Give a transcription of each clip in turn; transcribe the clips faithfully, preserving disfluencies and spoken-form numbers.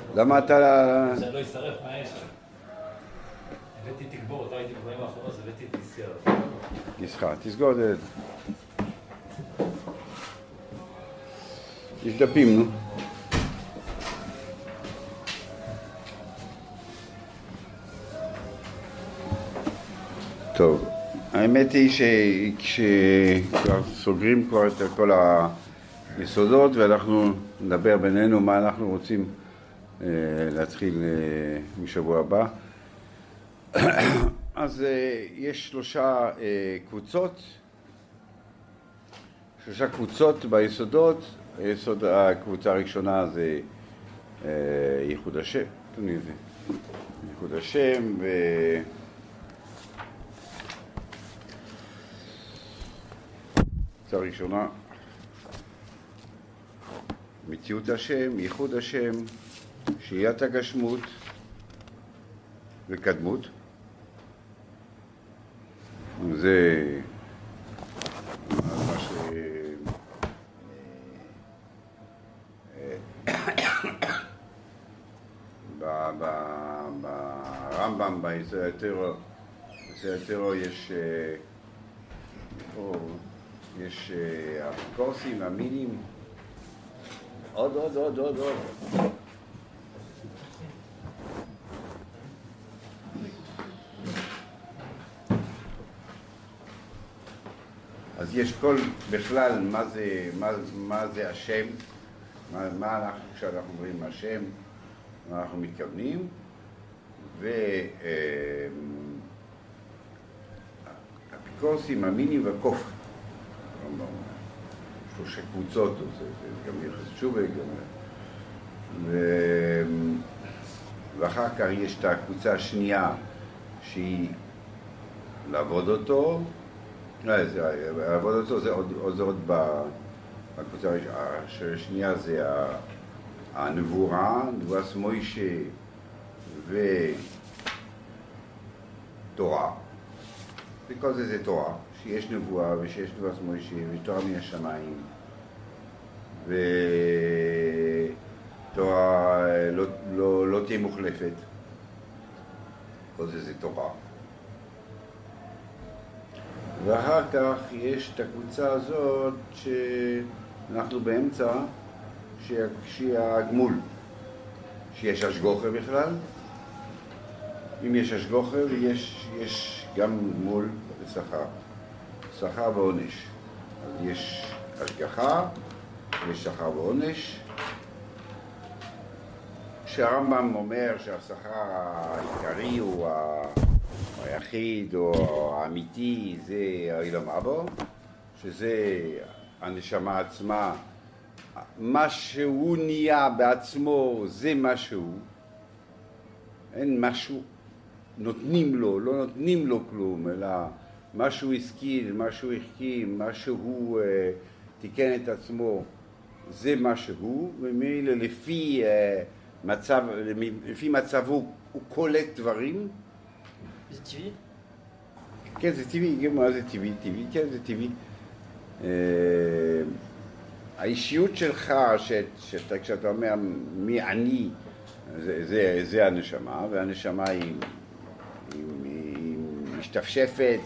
למה אתה... שאני לא אשרף, מה יש? הבאתי תגבורת, ראיתי בגבוהים האחרונות, אז הבאתי תסגר. נסחה, תסגור את זה. יש דפים, נו. טוב, האמת היא שכשכבר סוגרים כבר את כל היסודות ואנחנו נדבר בינינו מה אנחנו רוצים אה, להתחיל אה, משבוע הבא. אז אה, יש שלושה אה, קבוצות, שלושה קבוצות ביסודות. היסוד, הקבוצה הראשונה זה אה, ייחוד השם, תראי את זה, ייחוד השם ו... קבוצה ראשונה, מציאות השם, ייחוד השם, שהיית הגשמות וקדמות. זה מה ש... ברמב"ם, ביסוד היתרו, ביסוד היתרו יש יש אפיקורסים, המינים, עוד עוד עוד עוד עוד אז יש כל בכלל מה זה, מה, מה זה השם, מה, מה אנחנו, כשאנחנו אומרים השם, מה אנחנו מתכוונים, ואפיקורסים, המינים והקוף. שלושה קבוצות, זה גם יחס תשובה, ו... ואחר כך יש את הקבוצה השנייה שהיא לעבוד אותו, לעבוד אותו זה עוד, זה עוד בקבוצה השנייה זה הנבואה, נבואת מוישה ותורה, וכל זה זה תורה. שיש נבואה ושיש נבואת מוישה ותורה מן השמיים ותורה לא, לא, לא תהיה מוחלפת, כל זה זה תורה. ואחר כך יש את הקבוצה הזאת שאנחנו באמצע, שהיא הגמול, שיש השגוחה בכלל. אם יש השגוחה ויש יש גם גמול ושכר. שכר ועונש. אז יש השגחה, יש שכר ועונש. שהרמב"ם אומר שהשכר העיקרי הוא היחיד או האמיתי, זה העולם הבא, שזה הנשמה עצמה. מה שהוא נהיה בעצמו זה מה שהוא. אין משהו, נותנים לו, לא נותנים לו כלום, אלא מה שהוא השכיל, מה שהוא החכים, מה שהוא אה, תיקן את עצמו, זה מה שהוא, ומילא לפי אה, מצב, לפי מצבו הוא קולט דברים. זה טבעי? כן, זה טבעי, מה זה טבעי? טבעי, כן, זה טבעי. אה, האישיות שלך, שאתה, כשאתה אומר מי אני, זה, זה, זה הנשמה, והנשמה היא, היא, היא משתפשפת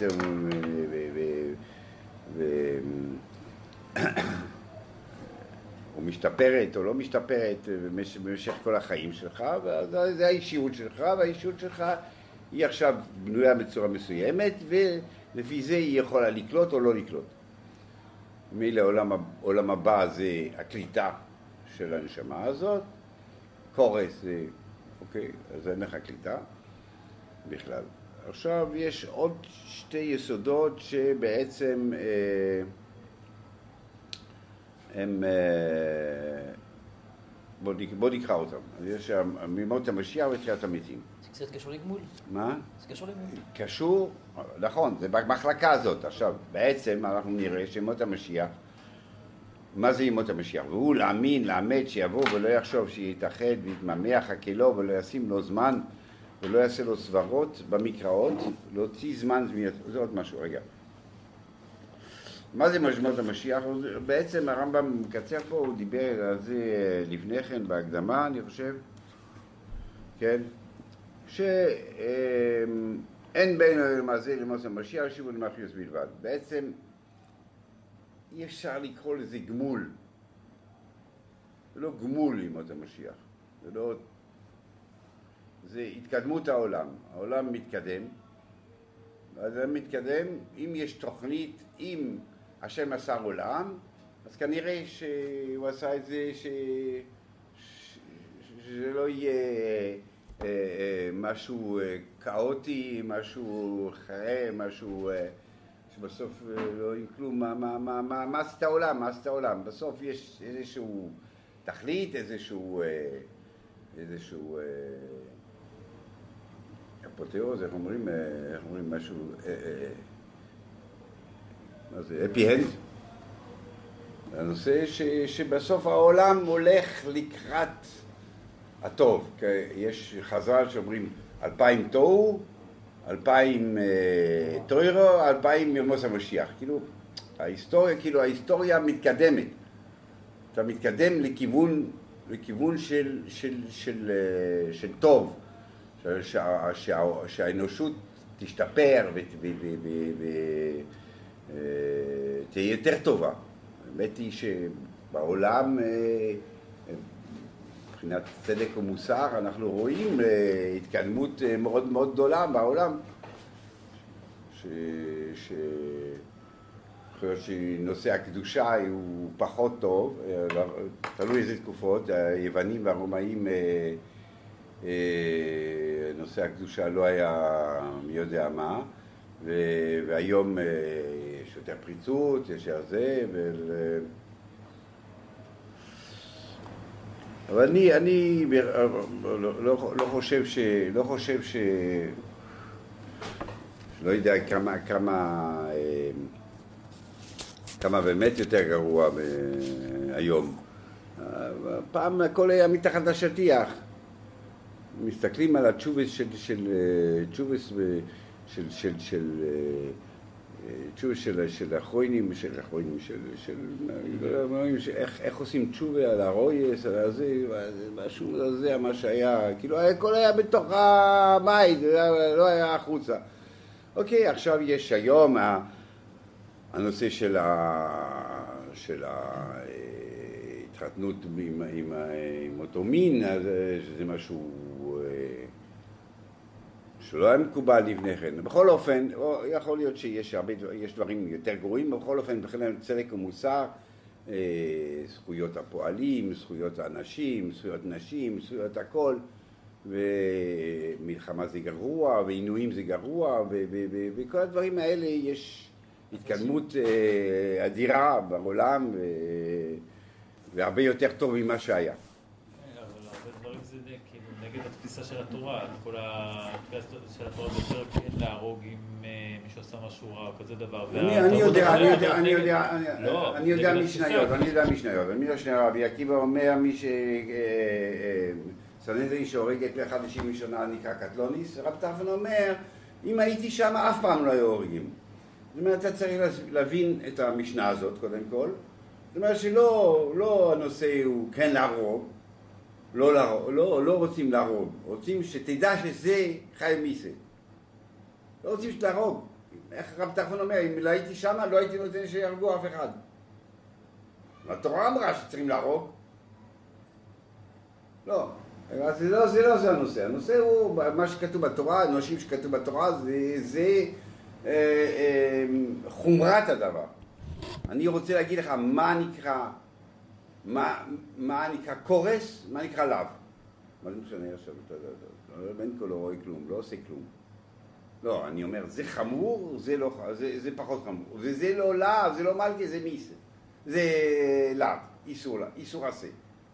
ומשתפרת או לא משתפרת במשך כל החיים שלך, וזה האישיות שלך, והאישיות שלך היא עכשיו בנויה בצורה מסוימת, ולפי זה היא יכולה לקלוט או לא לקלוט. מילא עולם הבא זה הקליטה של הנשמה הזאת, קורס זה, אוקיי, אז אין לך קליטה בכלל. עכשיו יש עוד שתי יסודות שבעצם אה, הם, אה, בוא, בוא נקרא אותם. יש מימות המשיח ותחיית המתים. זה קצת קשור לגמול. מה? זה קשור לגמול. קשור, נכון, זה במחלקה הזאת. עכשיו, בעצם אנחנו נראה שימות המשיח, מה זה ימות המשיח? והוא להאמין, לאמת, שיבוא ולא יחשוב שיתאחד ויתממח הכלו ולא ישים לו זמן ולא יעשה לו סברות במקראות, להוציא זמן זמיות. זה עוד משהו, רגע. מה זה ימות המשיח? בעצם הרמב"ם מקצר פה, הוא דיבר על זה לפני כן בהקדמה, אני חושב. כן? שאין בינו למעשה למוס המשיח, שיבו למחיוס בלבד. בעצם אי אפשר לקרוא לזה גמול. זה לא גמול לימות המשיח. זה לא... זה התקדמות העולם. העולם מתקדם. אז זה מתקדם, אם יש תוכנית, אם השם מסר עולם, אז כנראה שהוא עשה את זה ש... ש... שזה לא יהיה אה, אה, משהו אה, כאוטי, משהו חרה, משהו אה, שבסוף אה, לא יהיה כלום. מה, מה, מה, מה, מה עשית העולם? מה עשית העולם? בסוף יש איזשהו תכלית, איזשהו... אה, איזשהו אה, אפותיאוז, איך אומרים, איך אומרים משהו, מה זה, אפי-הנד? הנושא ש, שבסוף העולם הולך לקראת הטוב. יש חז"ל שאומרים אלפיים תוהו, אלפיים תוירו, אלפיים ימוס המשיח. כאילו, ההיסטוריה, כאילו, ההיסטוריה מתקדמת. אתה מתקדם לכיוון, לכיוון של, של, של, של טוב. שה, שה, שהאנושות תשתפר ותהיה יותר טובה. האמת היא שבעולם, מבחינת צדק ומוסר, אנחנו רואים התקדמות מאוד מאוד גדולה בעולם. ש... ש... שנושא הקדושה הוא פחות טוב, תלוי איזה תקופות, היוונים והרומאים נושא הקדושה לא היה מי יודע מה, והיום יש יותר פריצות, יש זה, אבל אני, אני לא, לא חושב ש... לא חושב ש... לא יודע כמה, כמה, כמה באמת יותר גרוע היום. פעם הכל היה מתחת לשטיח. מסתכלים על התשובס של של תשובס של של של תשובס של של האחרונים של האחרונים של של איך איך עושים תשובה על הרויס על זה משהו זה מה שהיה כאילו הכל היה בתוך הבית לא היה החוצה. אוקיי, עכשיו יש היום הנושא של ה של ההתחתנות עם עם עם אותו מין, אז זה משהו שלא היה מקובל לפני כן. בכל אופן, יכול להיות שיש הרבה, יש דברים יותר גרועים, בכל אופן, בכלל צדק ומוסר, זכויות הפועלים, זכויות האנשים, זכויות נשים, זכויות הכל, ומלחמה זה גרוע, ועינויים זה גרוע, וכל הדברים האלה יש התקדמות אדירה בעולם, והרבה יותר טוב ממה שהיה. נגד התפיסה של התורה, כל התפיסה של התורה יותר כן להרוג אם מישהו עושה משהו רע או כזה דבר. אני יודע, אני יודע, אני יודע, אני יודע משניות, אני יודע משניות. אני יודע משניות, רבי עקיבא אומר מי שסנהדרין שהורגת באחד השישים ראשונה נקרא קטלוניס, רב טרפון אומר, אם הייתי שם אף פעם לא היו הורגים. זאת אומרת, אתה צריך להבין את המשנה הזאת קודם כל. זאת אומרת שלא הנושא הוא כן להרוג, לא, לא, לא רוצים להרוג, רוצים שתדע שזה חי מיסה. לא רוצים שתהרוג. איך רב טרפון אומר, אם לא הייתי שם, לא הייתי נותן שיהרגו אף אחד. התורה אמרה שצריכים להרוג. לא, זה לא, זה לא זה הנושא. הנושא הוא, מה שכתוב בתורה, אנשים שכתוב בתורה, זה, זה אה, אה, חומרת הדבר. אני רוצה להגיד לך מה נקרא, מה, מה נקרא קורס, מה נקרא לאו. מה זה משנה עכשיו? בן כה לא רואה כלום, לא עושה כלום. לא, אני אומר, זה חמור, זה, לא, זה, זה פחות חמור. וזה לא לאו, זה לא מלכה, זה מיסה. זה לאו, איסור, איסור עשה.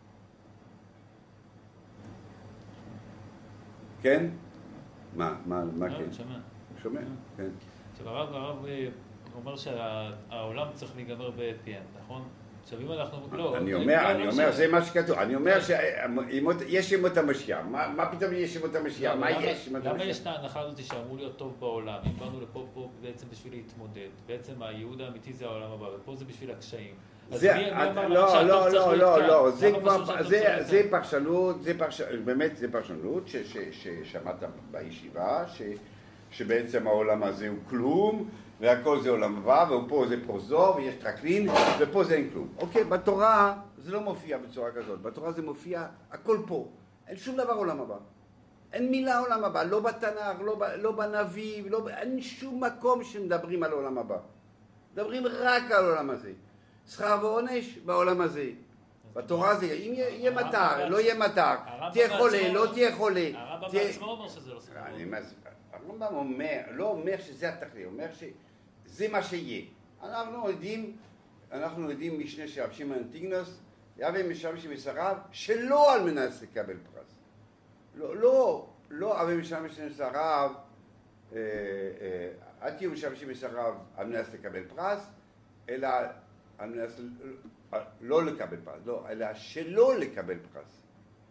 כן? מה, מה, מה כן? שומע. שומע, כן. עכשיו הרב, הרב אומר שהעולם צריך להיגמר ב-פי אם, נכון? עכשיו אם אנחנו, לא... אני אומר, אני אומר, זה מה שכתוב, אני אומר שיש ימות המשיח, מה פתאום יש ימות המשיח, מה יש ימות המשיח? למה יש את ההנחה הזאת שאמור להיות טוב בעולם? אם באנו לפה פה בעצם בשביל להתמודד, בעצם הייעוד האמיתי זה העולם הבא, ופה זה בשביל הקשיים. לא, לא, לא, לא, לא, זה פרשנות, זה באמת, זה פרשנות ששמעת בישיבה, שבעצם העולם הזה הוא כלום, והכל זה עולם הבא, ופה זה פרוזור, ויש טרקלין, ופה זה אין כלום. אוקיי, בתורה זה לא מופיע בצורה כזאת, בתורה זה מופיע, הכל פה, אין שום דבר עולם הבא. אין מילה עולם הבא, לא בתנ"ך, לא, לא בנביא, לא, אין שום מקום שמדברים על עולם הבא. מדברים רק על העולם הזה. שכר ועונש בעולם הזה. בתורה זה, אם יהיה מטר, לא יהיה מטר, תהיה חולה, לא תהיה חולה. הרמב"ם בעצמו אומר שזה לא שכר ועונש. הרמב"ם אומר, לא אומר שזה התכלית, אומר שזה מה שיהיה. אנחנו יודעים, אנחנו יודעים משנה של רב שמעון אנטיגנוס, יהווה משמש מסריו, שלא על מנת לקבל פרס. לא, לא, לא אבל משמש מסריו, אל תהיו משמש מסריו על מנת לקבל פרס, אלא על מנת לא לקבל פרס, לא, אלא שלא לקבל פרס.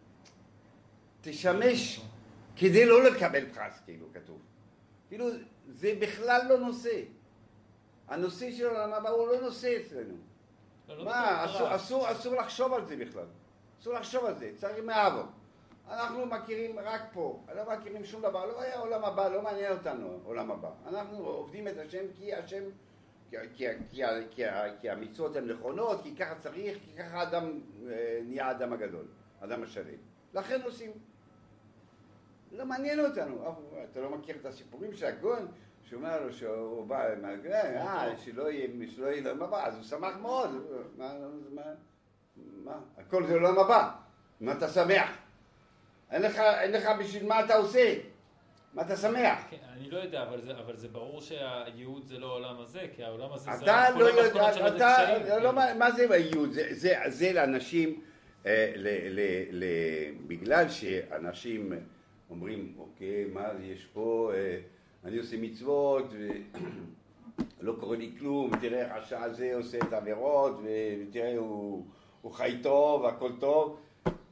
תשמש כדי לא לקבל פרס, כאילו כתוב. כאילו, זה בכלל לא נושא. הנושא של העולם הבא הוא לא נושא אצלנו. מה, אסור, אסור לחשוב על זה בכלל. אסור לחשוב על זה, צריך מאהבו. אנחנו מכירים רק פה, לא מכירים שום דבר, לא היה עולם הבא, לא מעניין אותנו עולם הבא. אנחנו עובדים את השם כי השם, כי, כי, כי, כי, כי המצוות הן נכונות, כי ככה צריך, כי ככה האדם נהיה האדם הגדול, האדם השלם. לכן עושים. לא מעניין אותנו. אתה לא מכיר את הסיפורים של הגאון, שהוא אומר לו שהוא בא, אה, שלא יהיה עולם הבא, אז הוא שמח מאוד. מה, מה? הכל זה עולם הבא. מה אתה שמח? אין לך, אין לך בשביל מה אתה עושה? מה אתה שמח? כן, אני לא יודע, אבל זה, אבל זה ברור שהייעוד זה לא העולם הזה, כי העולם הזה זה... אתה לא יודע, אתה, לא, מה זה הייעוד? זה, זה, זה לאנשים, אה, ל, ל, ל, בגלל שאנשים אומרים, אוקיי, מה יש פה, אה, אני עושה מצוות, ולא קורה לי כלום, תראה איך השעה הזה עושה את העבירות, ותראה, הוא, הוא חי טוב, הכל טוב.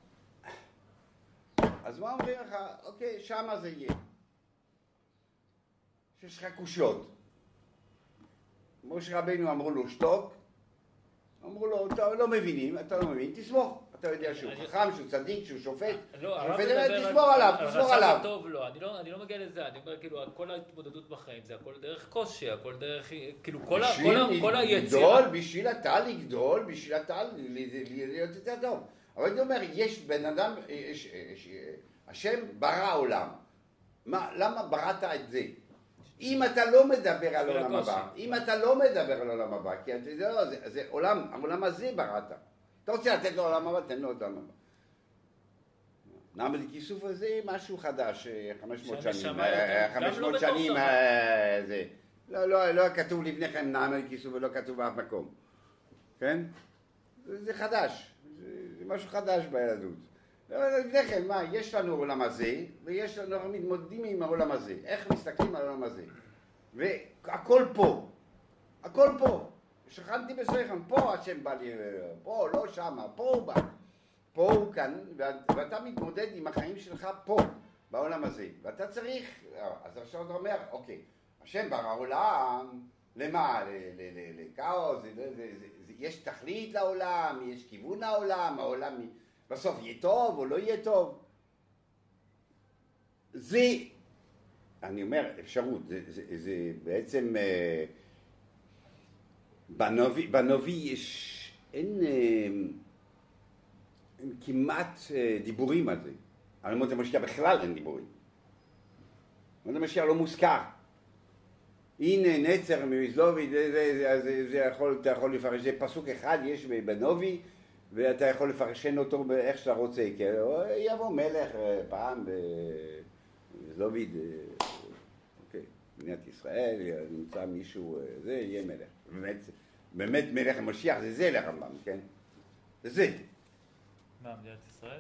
אז מה אומרים לך? אוקיי, שמה זה יהיה. שיש לך קושיות. משה רבינו אמרו לו שתוק, אמרו לו, אתה לא מבינים, אתה לא מבין, תסמוך. אתה יודע שהוא חכם, שהוא צדיק, שהוא שופט. תסמור עליו, תסמור עליו. טוב, לא, אני לא מגיע לזה, אני אומר, כאילו, כל ההתמודדות בחיים זה הכל דרך קושי, הכל דרך, כאילו, כל היצירה. בשביל אתה לגדול, בשביל אתה להיות יותר טוב. אבל אני אומר, יש בן אדם, השם ברא עולם. למה בראת את זה? אם אתה לא מדבר על עולם הבא, אם אתה לא מדבר על עולם הבא, כי אתה יודע, זה עולם, העולם הזה בראת. אתה רוצה לתת לו עולם הבא, תן לו את העולם הבא. נעמד כיסוף הזה משהו חדש, חמש מאות שנים, חמש מאות שנים, זה. לא כתוב לפניכם נעמד כיסוף ולא כתוב באף מקום. כן? זה חדש, זה משהו חדש בילדות. לפניכם, מה, יש לנו עולם הזה, ויש לנו, אנחנו מתמודדים עם העולם הזה. איך מסתכלים על העולם הזה? והכל פה, הכל פה. שכנתי בסויכם, פה השם בא לי, פה, לא שמה, פה הוא בא. פה הוא כאן, ואתה מתמודד עם החיים שלך פה, בעולם הזה. ואתה צריך, אז עכשיו אתה אומר, אוקיי, השם ברא עולם, למה? לכאוס, יש תכלית לעולם, יש כיוון לעולם, העולם בסוף יהיה טוב או לא יהיה טוב. זה, אני אומר, אפשרות, זה, זה, זה בעצם, בנביא, בנביא יש, אין, אין כמעט דיבורים על זה. על ימות המשיח בכלל אין דיבורים. ימות המשיח לא מוזכר. הנה נצר ממזלובי, זה, זה, זה, זה יכול, אתה יכול לפרש, זה פסוק אחד יש בנביא, ואתה יכול לפרשן אותו באיך שאתה רוצה, כי יבוא מלך פעם במזלובי, אוקיי, מדינת ישראל, נמצא מישהו, זה יהיה מלך. באמת, באמת מלך המשיח זה זה לרמב"ם, כן? זה זה. מה, מדינת ישראל?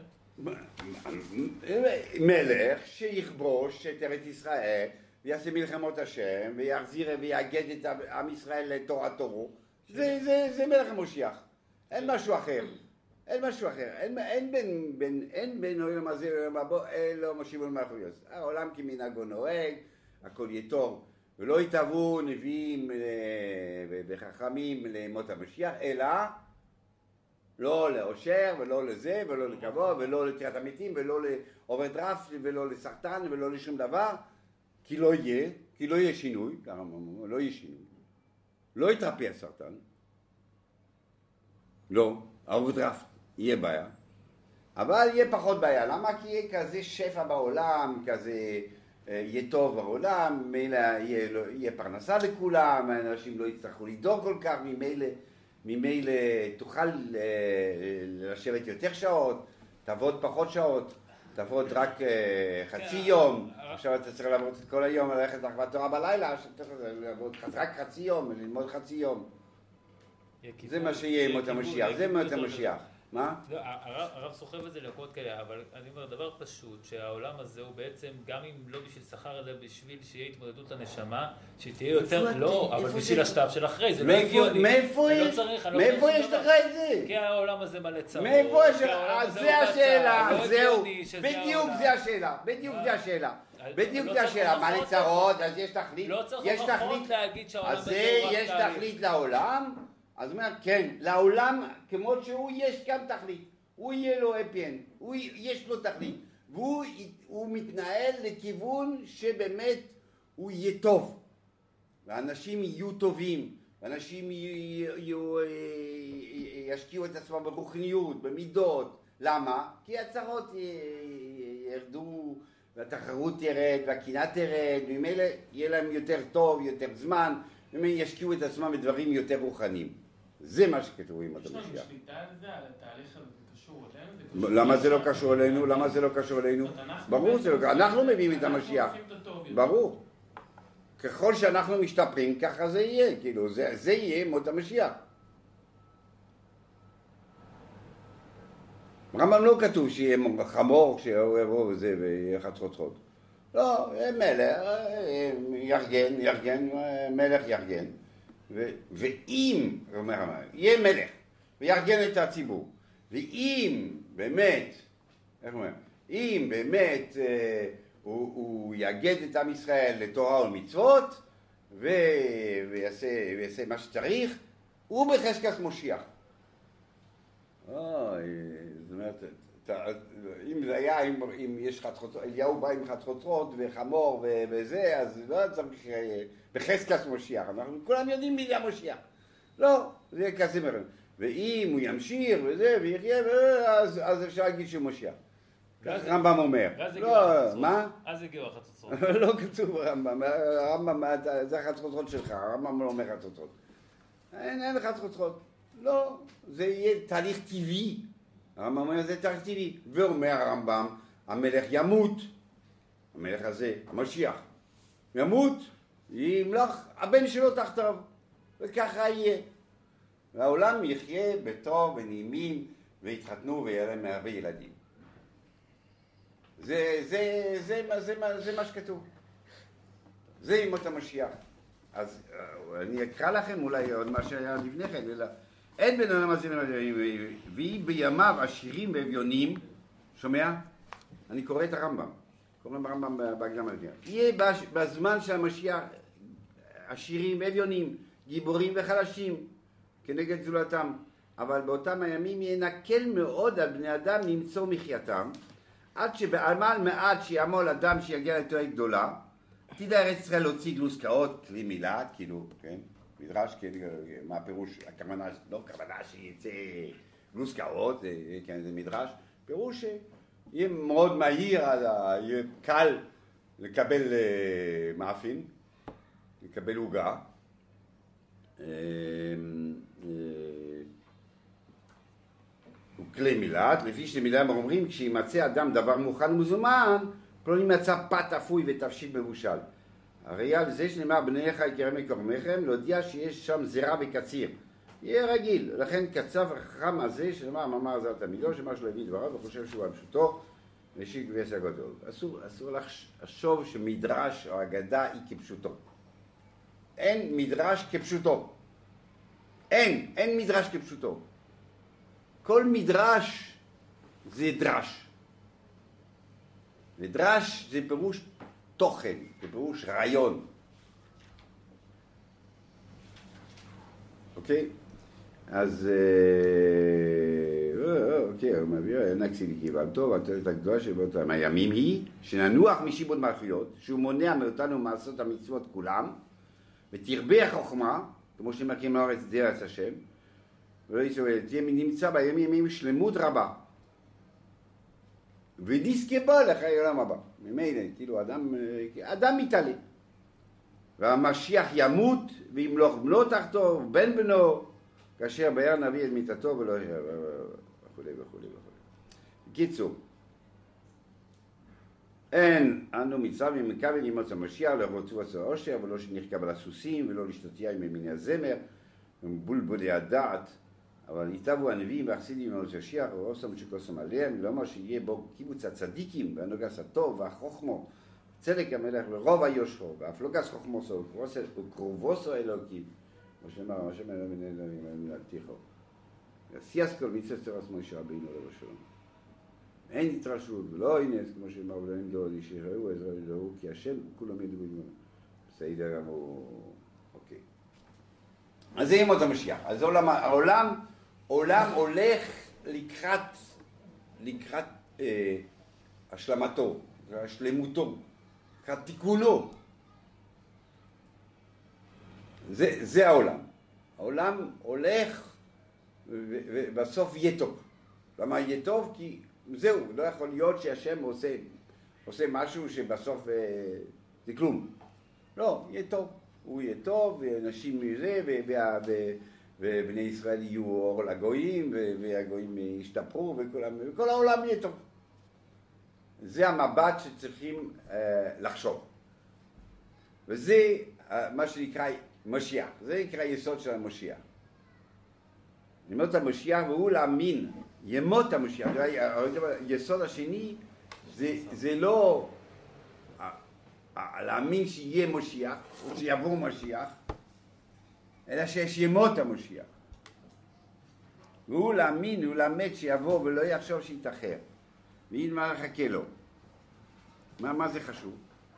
מלך שיכבוש את ארץ ישראל, ויעשה מלחמות השם, ויחזיר ויאגד את עם ישראל לתורתו. זה, זה, זה מלך המשיח. אין משהו אחר. אין משהו אחר. אין, אין בין, בין, אין בין העולם הזה לעולם הבא, אלא משיב ולמלכויות. העולם כמנהגו נוהג, הכל יהיה טוב. ולא יתאבו נביאים וחכמים למות המשיח, אלא לא לאושר ולא לזה ולא לכבוד ולא לתחיית המתים ולא לאוברדרפט ולא לסרטן ולא לשום דבר, כי לא יהיה, כי לא יהיה שינוי, לא יהיה שינוי. לא יתרפא הסרטן. לא, האוברדרפט יהיה בעיה. אבל יהיה פחות בעיה. למה? כי יהיה כזה שפע בעולם, כזה יהיה טוב בעולם, מילא יהיה, יהיה פרנסה לכולם, האנשים לא יצטרכו לדאוג כל כך, ממילא, ממילא תוכל לשבת יותר שעות, תעבוד פחות שעות, תעבוד רק חצי יום, עכשיו אתה צריך לעבוד את כל היום, ללכת לאחוות תורה בלילה, שאתה צריך לעבוד רק חצי יום, ללמוד חצי יום. זה מה שיהיה מות המשיח, זה מות המשיח. מה? לא, הרב סוחב את זה לקרות כאלה, אבל אני אומר דבר פשוט, שהעולם הזה הוא בעצם, גם אם לא בשביל שכר, אלא בשביל שיהיה התמודדות לנשמה, שתהיה יותר, לא, אבל בשביל השלב של אחרי, זה לא הגיוני. מאיפה יש? מאיפה יש לך את זה? כי העולם הזה מלא צרות. מאיפה יש? זה השאלה, זהו. בדיוק זה השאלה, בדיוק זה השאלה. בדיוק זה השאלה, מה לצרות, אז יש תכלית. לא צריך הוכחות להגיד שהעולם הזה הוא רק תהליך. אז יש תכלית לעולם? אז הוא אומר, כן, לעולם, כמו שהוא, יש גם תכלית. הוא יהיה לו אפיין, הוא, יש לו תכלית. והוא הוא מתנהל לכיוון שבאמת הוא יהיה טוב. ואנשים יהיו טובים, ואנשים ישקיעו את עצמם ברוחניות, במידות. למה? כי הצרות ירדו, והתחרות תרד, והקנאה תרד, וממילא יהיה להם יותר טוב, יותר זמן, וממילא ישקיעו את עצמם בדברים יותר רוחניים. זה מה שכתוב עם המשיח. יש לנו שליטה על זה, על התהליך הזה, זה קשור אלינו? למה זה לא קשור אלינו? למה זה לא קשור אלינו? ברור, אנחנו מביאים את המשיח. ברור. ככל שאנחנו משתפרים, ככה זה יהיה. כאילו, זה יהיה מות המשיח. רמב"ם לא כתוב שיהיה חמור, שיבוא וזה, ויהיה חצוצרות. לא, מלך, ירגן, ירגן, מלך ירגן. ו- ואם, אומר אמר, יהיה מלך ויארגן את הציבור, ואם באמת, איך אומר, אם באמת אה, הוא, הוא יאגד את עם ישראל לתורה ומצוות ו- ויעשה, ויעשה מה שצריך, הוא בחזקת משיח. אוי, זאת אומרת, אם זה היה, אם, אם יש חצוצרות, אליהו בא עם חצוצרות וחמור ו- וזה, אז לא צריך בחזקת משיח, אנחנו כולם יודעים מי זה המשיח. לא, זה כזה מראה. ואם הוא ימשיך וזה, ויחיה, אז, אז אפשר להגיד שהוא משיח. כך רמב"ם אומר. לא, מה? אז הגיעו החצוצרות. לא כתוב רמב"ם, הרמב"ם, זה החצוצרות שלך, הרמב"ם לא אומר חצוצרות. אין, אין חצוצרות. לא, זה יהיה תהליך טבעי. הרמב"ם אומר זה תהליך טבעי. ואומר הרמב"ם, המלך ימות. המלך הזה, המשיח, ימות, ימלוך הבן שלו תחתיו. וככה יהיה. והעולם יחיה בטוב ונעימים, ויתחתנו ויהיה להם הרבה ילדים. זה, זה, זה, זה, זה, זה, זה מה שכתוב. זה ימות המשיח. אז אני אקרא לכם אולי עוד מה שהיה לפני כן, אלא אין בין העולם הזה, והיא בימיו עשירים ואביונים, שומע? אני קורא את הרמב"ם, קוראים הרמב"ם בהקדמה לזה. יהיה בזמן של המשיח עשירים ואביונים, גיבורים וחלשים, כנגד זולתם, אבל באותם הימים יהיה נקל מאוד על בני אדם למצוא מחייתם, עד שבעמל מעט שיעמול אדם שיגיע לתורה גדולה, תדע ארץ ישראל להוציא גלוסקאות, כלי מילת, כאילו, כן? מדרש, כן, מה הפירוש, הכוונה, לא הכוונה שיצא גלוסקאות, כן, זה מדרש, פירוש שיהיה מאוד מהיר, יהיה קל לקבל מאפין, לקבל עוגה, הוא כלי מילת, לפי שמילם אומרים, כשימצא אדם דבר מוכן ומזומן, פלוני מצא פת אפוי ותבשיל מבושל. הרי על זה שנאמר בניך יקרא מקורמכם, להודיע שיש שם זרע וקציר. יהיה רגיל, לכן קצב החכם הזה, שנאמר מאמר זה התלמידו, שמה שלא הביא דבריו וחושב שהוא על פשוטו, ושיק ויש הגדול. אסור, אסור לחשוב שמדרש או אגדה היא כפשוטו. אין מדרש כפשוטו. אין, אין מדרש כפשוטו. כל מדרש זה דרש. ודרש זה פירוש תוכן, זה פירוש רעיון. אוקיי? אז אוקיי, הוא מביא, נקסידי קיבלתו, והתועלת הגדולה שבאותם הימים היא, שננוח משיבוד מלכויות, שהוא מונע מאותנו מעשות המצוות כולם, ותרבה החוכמה, כמו שמקים לארץ דרך השם, ולא יסובל, תהיה נמצא בימים ימים שלמות רבה, ונזכה בו לחיי עולם הבא. ממילא, כאילו, אדם, אדם מתעלה. והמשיח ימות, וימלוך בנו תחתו, בן בנו, כאשר בייר נביא את מיתתו ולא וכולי וכולי וכולי. בקיצור, אין אנו מצווים מקבל לימוץ המשיח לרצו עשו העושר ולא שנרכב על הסוסים ולא לשתותיה עם מיני הזמר ובולבולי הדעת, אבל ייטבו הנביאים והחסידים לימוץ המשיח ועושם שקוסם עליהם, לא אומר שיהיה בו קיבוץ הצדיקים והנוגס הטוב והחוכמו, צדק המלך ורוב היושרו והפלוגס חוכמו סו וקרובוסו אלוקים, כמו שאמר, מה שאומר מנהל אלוהים על תיכו. סייס כל מצווה תורס משה רבינו עליו השלום. אין התרשלות ולא אינס, כמו שאמר ולאים דוד, שיראו עזרה לדעו, כי השם כולם ידעו בגמונה. בסדר גמור, אוקיי. אז זה ימות המשיח. אז העולם, העולם, עולם הולך לקראת, לקראת אה, השלמתו, השלמותו, לקראת תיקונו. זה, זה העולם. העולם הולך ובסוף יהיה טוב. למה יהיה טוב? כי זהו, לא יכול להיות שהשם עושה, עושה משהו שבסוף אה, זה כלום. לא, יהיה טוב. הוא יהיה טוב, ואנשים מזה, ובני ישראל יהיו אור לגויים, והגויים ישתפרו, וכל העולם יהיה טוב. זה המבט שצריכים אה, לחשוב. וזה אה, מה שנקרא משיח. זה נקרא יסוד של המשיח. ימות המשיח והוא להאמין, ימות המשיח. היסוד השני זה, זה לא להאמין שיהיה משיח, או שיבוא משיח, אלא שיש ימות המשיח. והוא להאמין, הוא לאמת שיבוא ולא יחשוב שיתאחר. ואין מה לחכה לו. מה, מה זה חשוב?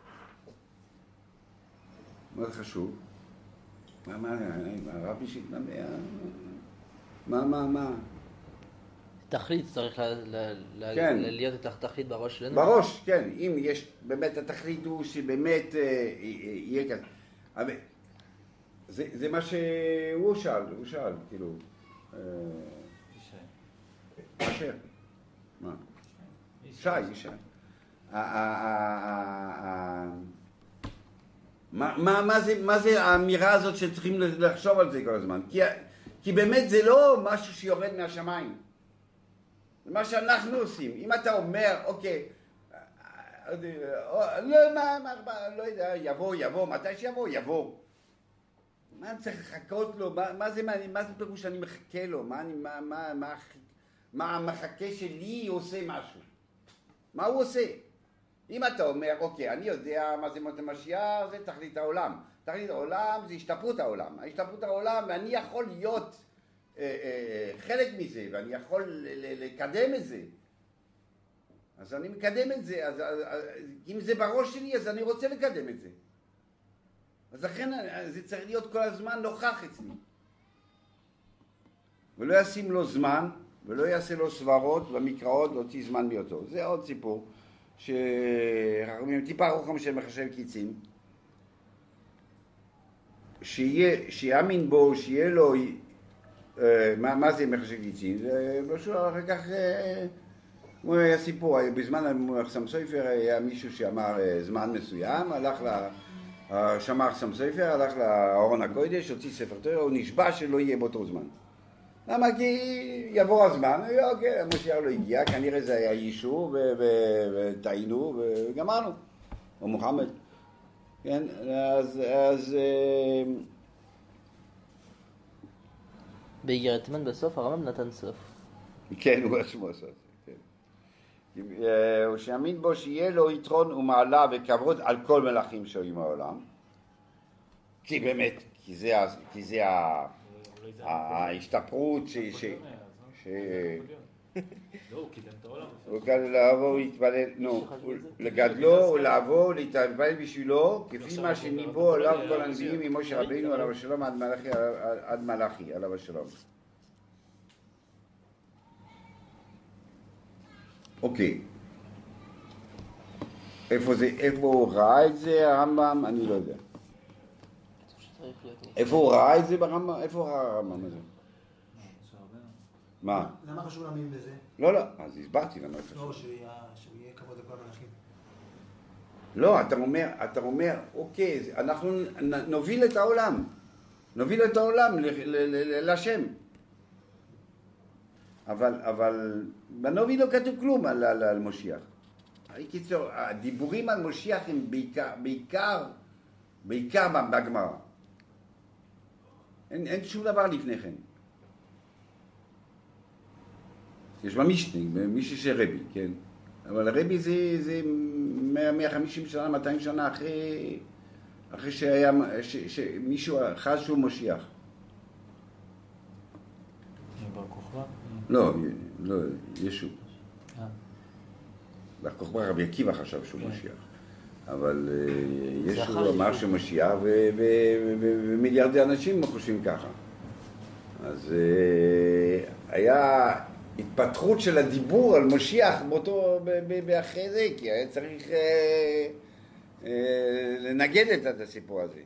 מה זה חשוב? מה, מה, הרבי שהתנבא? מה, מה, מה? תכלית, צריך כן. להיות את התכלית בראש שלנו. בראש, כן. אם יש, באמת התכלית הוא שבאמת אה, יהיה כזה. אבל זה, זה מה שהוא שאל, הוא שאל, כאילו. אה, אשר. מה? שי, שי. מה זה האמירה הזאת שצריכים לחשוב על זה כל הזמן? כי באמת זה לא משהו שיורד מהשמיים. זה מה שאנחנו עושים. אם אתה אומר, אוקיי, לא יודע, יבוא, יבוא, מתי שיבוא, יבוא. מה אני צריך לחכות לו? מה זה פירוש שאני מחכה לו? מה המחכה שלי עושה משהו? מה הוא עושה? אם אתה אומר, אוקיי, אני יודע מה זה מות המשיח, זה תכלית העולם. תכלית העולם זה השתפרות העולם. השתפרות העולם, ואני יכול להיות אה, אה, חלק מזה, ואני יכול לקדם את זה. אז אני מקדם את זה, אז, אז, אז, אם זה בראש שלי, אז אני רוצה לקדם את זה. אז לכן זה צריך להיות כל הזמן נוכח אצלי. ולא ישים לו זמן, ולא יעשה לו סברות במקראות להוציא זמן ביותו. זה עוד סיפור, שטיפה רוחם של מחשב קיצים, שיהיה, שיאמין בו, שיהיה לו, מה, מה זה מחשב קיצים? זה משהו אחר כך, כמו היה סיפור, בזמן חסם סופר היה מישהו שאמר זמן מסוים, הלך ל... שמר חסם סופר, הלך לארון הקודש, הוציא ספר תורה, הוא נשבע שלא יהיה באותו זמן. למה? כי יבוא הזמן, אוקיי, המשיח לא הגיע, כנראה זה היה ישו, וטעינו, וגמרנו, או מוחמד. כן, אז... אז באיגרת מן בסוף, הרמב"ם נתן סוף. כן, הוא עצמו עשה את זה, כן. הוא שיאמין בו שיהיה לו יתרון ומעלה וכבוד על כל מלכים שהיו מהעולם. כי באמת, כי זה, כי זה ה... ההשתפרות ש... ש... ש... לא, הוא קידם את העולם. הוא כאן לעבור להתפלל, נו, לגדלו, לעבור, להתפלל בשבילו, כפי מה שניבאו עליו כל הנביאים ממשה רבינו עליו השלום עד מלאכי, עד מלאכי עליו השלום. אוקיי. איפה זה, איפה הוא ראה את זה הרמב"ם? אני לא יודע. איפה הוא ראה את זה ברמב"ם? איפה הוא ראה הרמב"ם הזה? מה? למה חשוב להאמין בזה? לא, לא, אז הסברתי למה חשוב. לא, שהוא יהיה כבוד לכל המלאכים. לא, אתה אומר, אתה אומר, אוקיי, אנחנו נוביל את העולם. נוביל את העולם לשם. אבל, אבל, בנובי לא כתוב כלום על, על, על משיח. קיצור, הדיבורים על משיח הם בעיקר, בעיקר, בעיקר בגמרא. אין, אין שום דבר לפני כן. יש במשנה, במשנה של רבי, כן? אבל רבי זה, זה מאה וחמישים שנה, מאתיים שנה אחרי, אחרי שהיה, ש, שמישהו חש שהוא משיח. בר כוכבא? לא, לא, ישו. בר כוכבא רבי עקיבא חשב שהוא משיח. אבל ישו אמר שהוא משיח, ומיליארדי אנשים חושבים ככה. אז היה התפתחות של הדיבור על משיח באותו, באחרי זה, כי היה צריך לנגד את הסיפור הזה.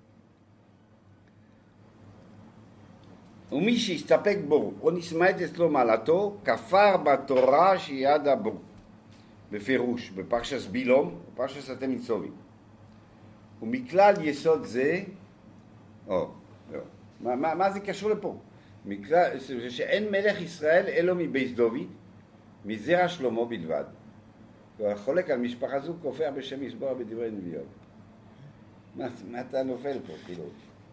ומי שהסתפק בו או נשמעת אצלו מעלתו, כפר בתורה שידע בו. בפירוש, בפרשת בילום, בפרשת אתם מצווים. ומכלל יסוד זה, או, לא, מה, מה, מה זה קשור לפה? מכלל, שאין מלך ישראל אלו מבית דוד, מזרע שלמה בלבד. חולק על משפחה זו כופר בשם יסבור בדברי נביאות. מה, מה אתה נופל פה, כאילו?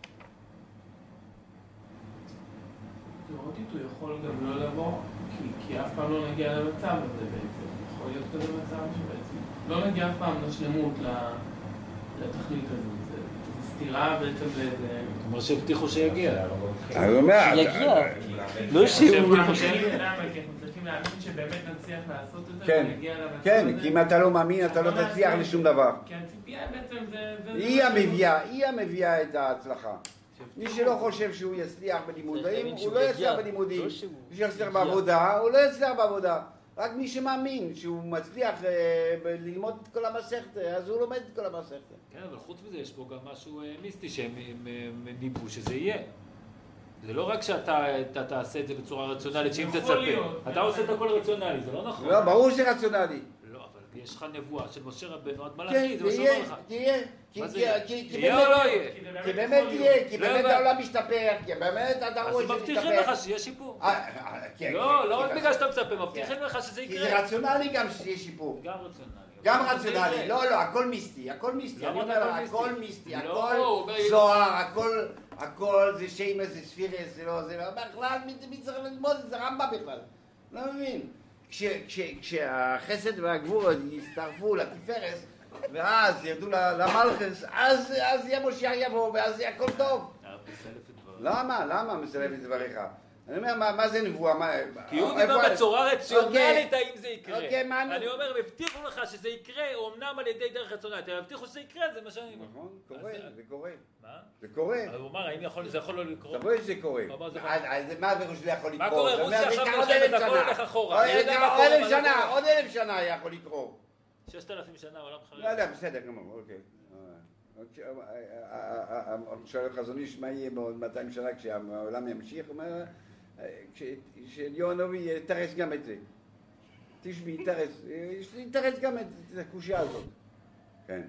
תיאורטית הוא יכול גם לא לבוא, כי, כי אף פעם לא נגיע למצב הזה בעצם. יכול להיות כזה מצב שבעצם לא נגיע אף פעם לשלמות, לתכלית הזאת. זו סתירה בעצם לאיזה... זאת אומרת שהבטיחו שיגיע. אני אומר... שיגיע. לא שהוא... למה? כי אנחנו צריכים להאמין שבאמת נצליח לעשות את זה ונגיע למצב הזה. כן, כי אם אתה לא מאמין, אתה לא תצליח לשום דבר. כי הציפייה בעצם זה... היא המביאה, היא המביאה את ההצלחה. מי שלא חושב שהוא יצליח בלימודים, הוא לא יצליח בלימודים. מי שיצליח בעבודה, הוא לא יצליח בעבודה. רק מי שמאמין שהוא מצליח ללמוד את כל המסכת, אז הוא לומד את כל המסכת. כן, אבל חוץ מזה יש פה גם משהו מיסטי שהם ניבאו שזה יהיה. זה לא רק שאתה תעשה את זה בצורה רציונלית, שאם תצפה. אתה עושה את הכל רציונלי, זה לא נכון. לא, ברור שזה רציונלי. לא, אבל יש לך נבואה של משה רבנו עד מלאכי, זה מה שאומר לך. תהיה, תהיה. יהיה או לא יהיה? כי באמת תהיה, כי באמת העולם משתפר, כי באמת אתה רואה אז מבטיחים לך שיהיה שיפור. לא, לא רק בגלל שאתה מצפה, מבטיחים לך שזה יקרה. כי זה רציונלי גם שיהיה שיפור. גם רציונלי. גם רציונלי, לא, לא, הכל מיסטי, הכל מיסטי, אני אומר, הכל מיסטי, הכל זוהר, הכל, הכל זה שיימס, זה ספירס, זה לא, זה לא, בכלל, מי צריך ללמוד את זה רמב"ם בכלל, לא מבין. כשהחסד והגבורה יצטרפו לתפארת, ואז ירדו למלכס, אז יהיה משיח יבוא, ואז יהיה הכל טוב. למה? למה מסלף את דבריך? אני אומר, מה זה נבואה? כי הוא דיבר בצורה רציונלית האם זה יקרה. אני אומר, הם הבטיחו לך שזה יקרה, אומנם על ידי דרך רציונלית, הם הבטיחו שזה יקרה, זה מה שאני אומר. נכון, קורה, זה קורה. מה? זה קורה. הוא אומר, האם זה יכול לא לקרות? אתה רואה שזה קורה. מה הפירוש שזה יכול לקרות? מה קורה? רוסיה עכשיו מלחמת, הכל הולך אחורה. עוד אלף שנה, עוד אלף שנה יכול לקרות. ששת אלפים שנה, עולם חרב. לא יודע, בסדר, גמור, אוקיי. עכשיו החזון איש, מה יהיה בעוד מאתיים שנה כשהעולם ימשיך? הוא אומר, כשליאונובי יתרס גם את זה. תשבי, יתרס. יש לי יתרס גם את הקושיה הזאת. כן.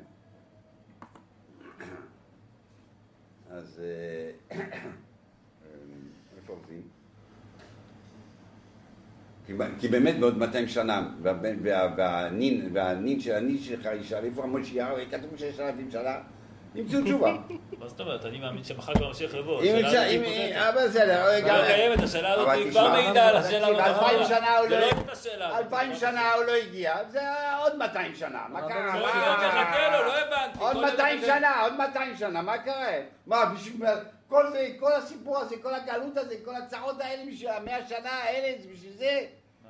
אז איפה עובדים? כי באמת בעוד מאתיים שנה, והנין של הנין שלך ישאל איפה המשיח, כתוב ששת אלפים שנה, נמצאו תשובה. מה זאת אומרת? אני מאמין שמחר כבר המשיח יבוא. אבל בסדר. לא קיימת, השאלה הזאת היא כבר מעידה על השאלה הזאת. אלפיים שנה הוא לא... זה לא את השאלה. אלפיים שנה הוא לא הגיע, זה עוד מאתיים שנה. מה קרה? תחכה לו, לא הבנתי. עוד מאתיים שנה, עוד מאתיים שנה, מה קרה? מה, כל זה, כל הסיפור הזה, כל הגלות הזה, כל הצרות האלה בשביל המאה שנה האלה, זה בשביל זה?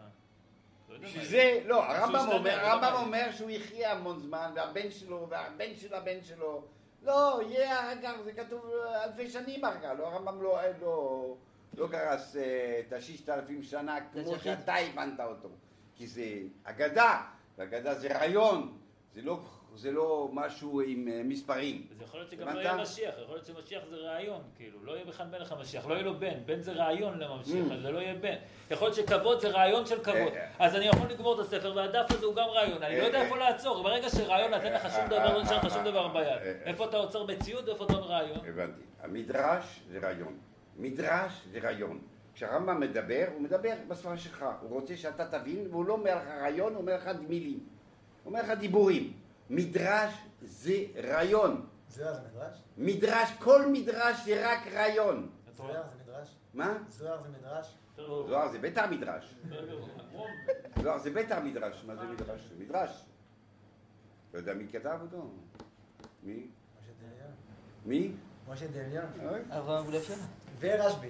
בשביל זה, לא, הרמב"ם אומר, הרמב"ם אומר שהוא יחיה המון זמן, והבן שלו, והבן של הבן שלו, לא, יהיה אחר כך, זה כתוב אלפי שנים אחר כך, לא, הרמב"ם לא, לא, לא גרס את השישת אלפים שנה כמו שאתה הבנת אותו, כי זה אגדה, ואגדה זה רעיון, זה לא... זה לא משהו עם מספרים. אז יכול להיות שגם לא יהיה משיח, יכול להיות שמשיח זה רעיון, כאילו, לא יהיה בכלל מלך המשיח, לא יהיה לו בן, בן זה רעיון לממשיך, אז זה לא יהיה בן. יכול להיות שכבוד זה רעיון של כבוד, אז אני יכול לגמור את הספר, והדף הזה הוא גם רעיון, אני לא יודע איפה לעצור, ברגע שרעיון נתן לך שום דבר, לא נשאר לך שום דבר ביד. איפה אתה עוצר מציאות ואיפה אתה רעיון? הבנתי, המדרש זה רעיון, מדרש זה רעיון. כשהרמב"ם מדבר, הוא מדבר בשפה שלך, הוא רוצה שאתה תבין, והוא לא אומר לך רעיון, הוא אומר לך מילים, הוא אומר לך דיבורים. מדרש זה רעיון. זוהר זה מדרש? מדרש, כל מדרש זה רק רעיון. זוהר זה מדרש? מה? זוהר זה מדרש? זוהר זה בית המדרש. זוהר זה בית המדרש. מה זה מדרש? זה מדרש. לא יודע מי כתב אותו? מי? משה דליון. מי? משה דליון. אברהם גלפשטיין. ורשב"י.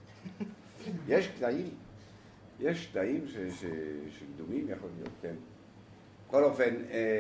יש קטעים. יש קטעים שקדומים יכול להיות, כן. בכל אופן,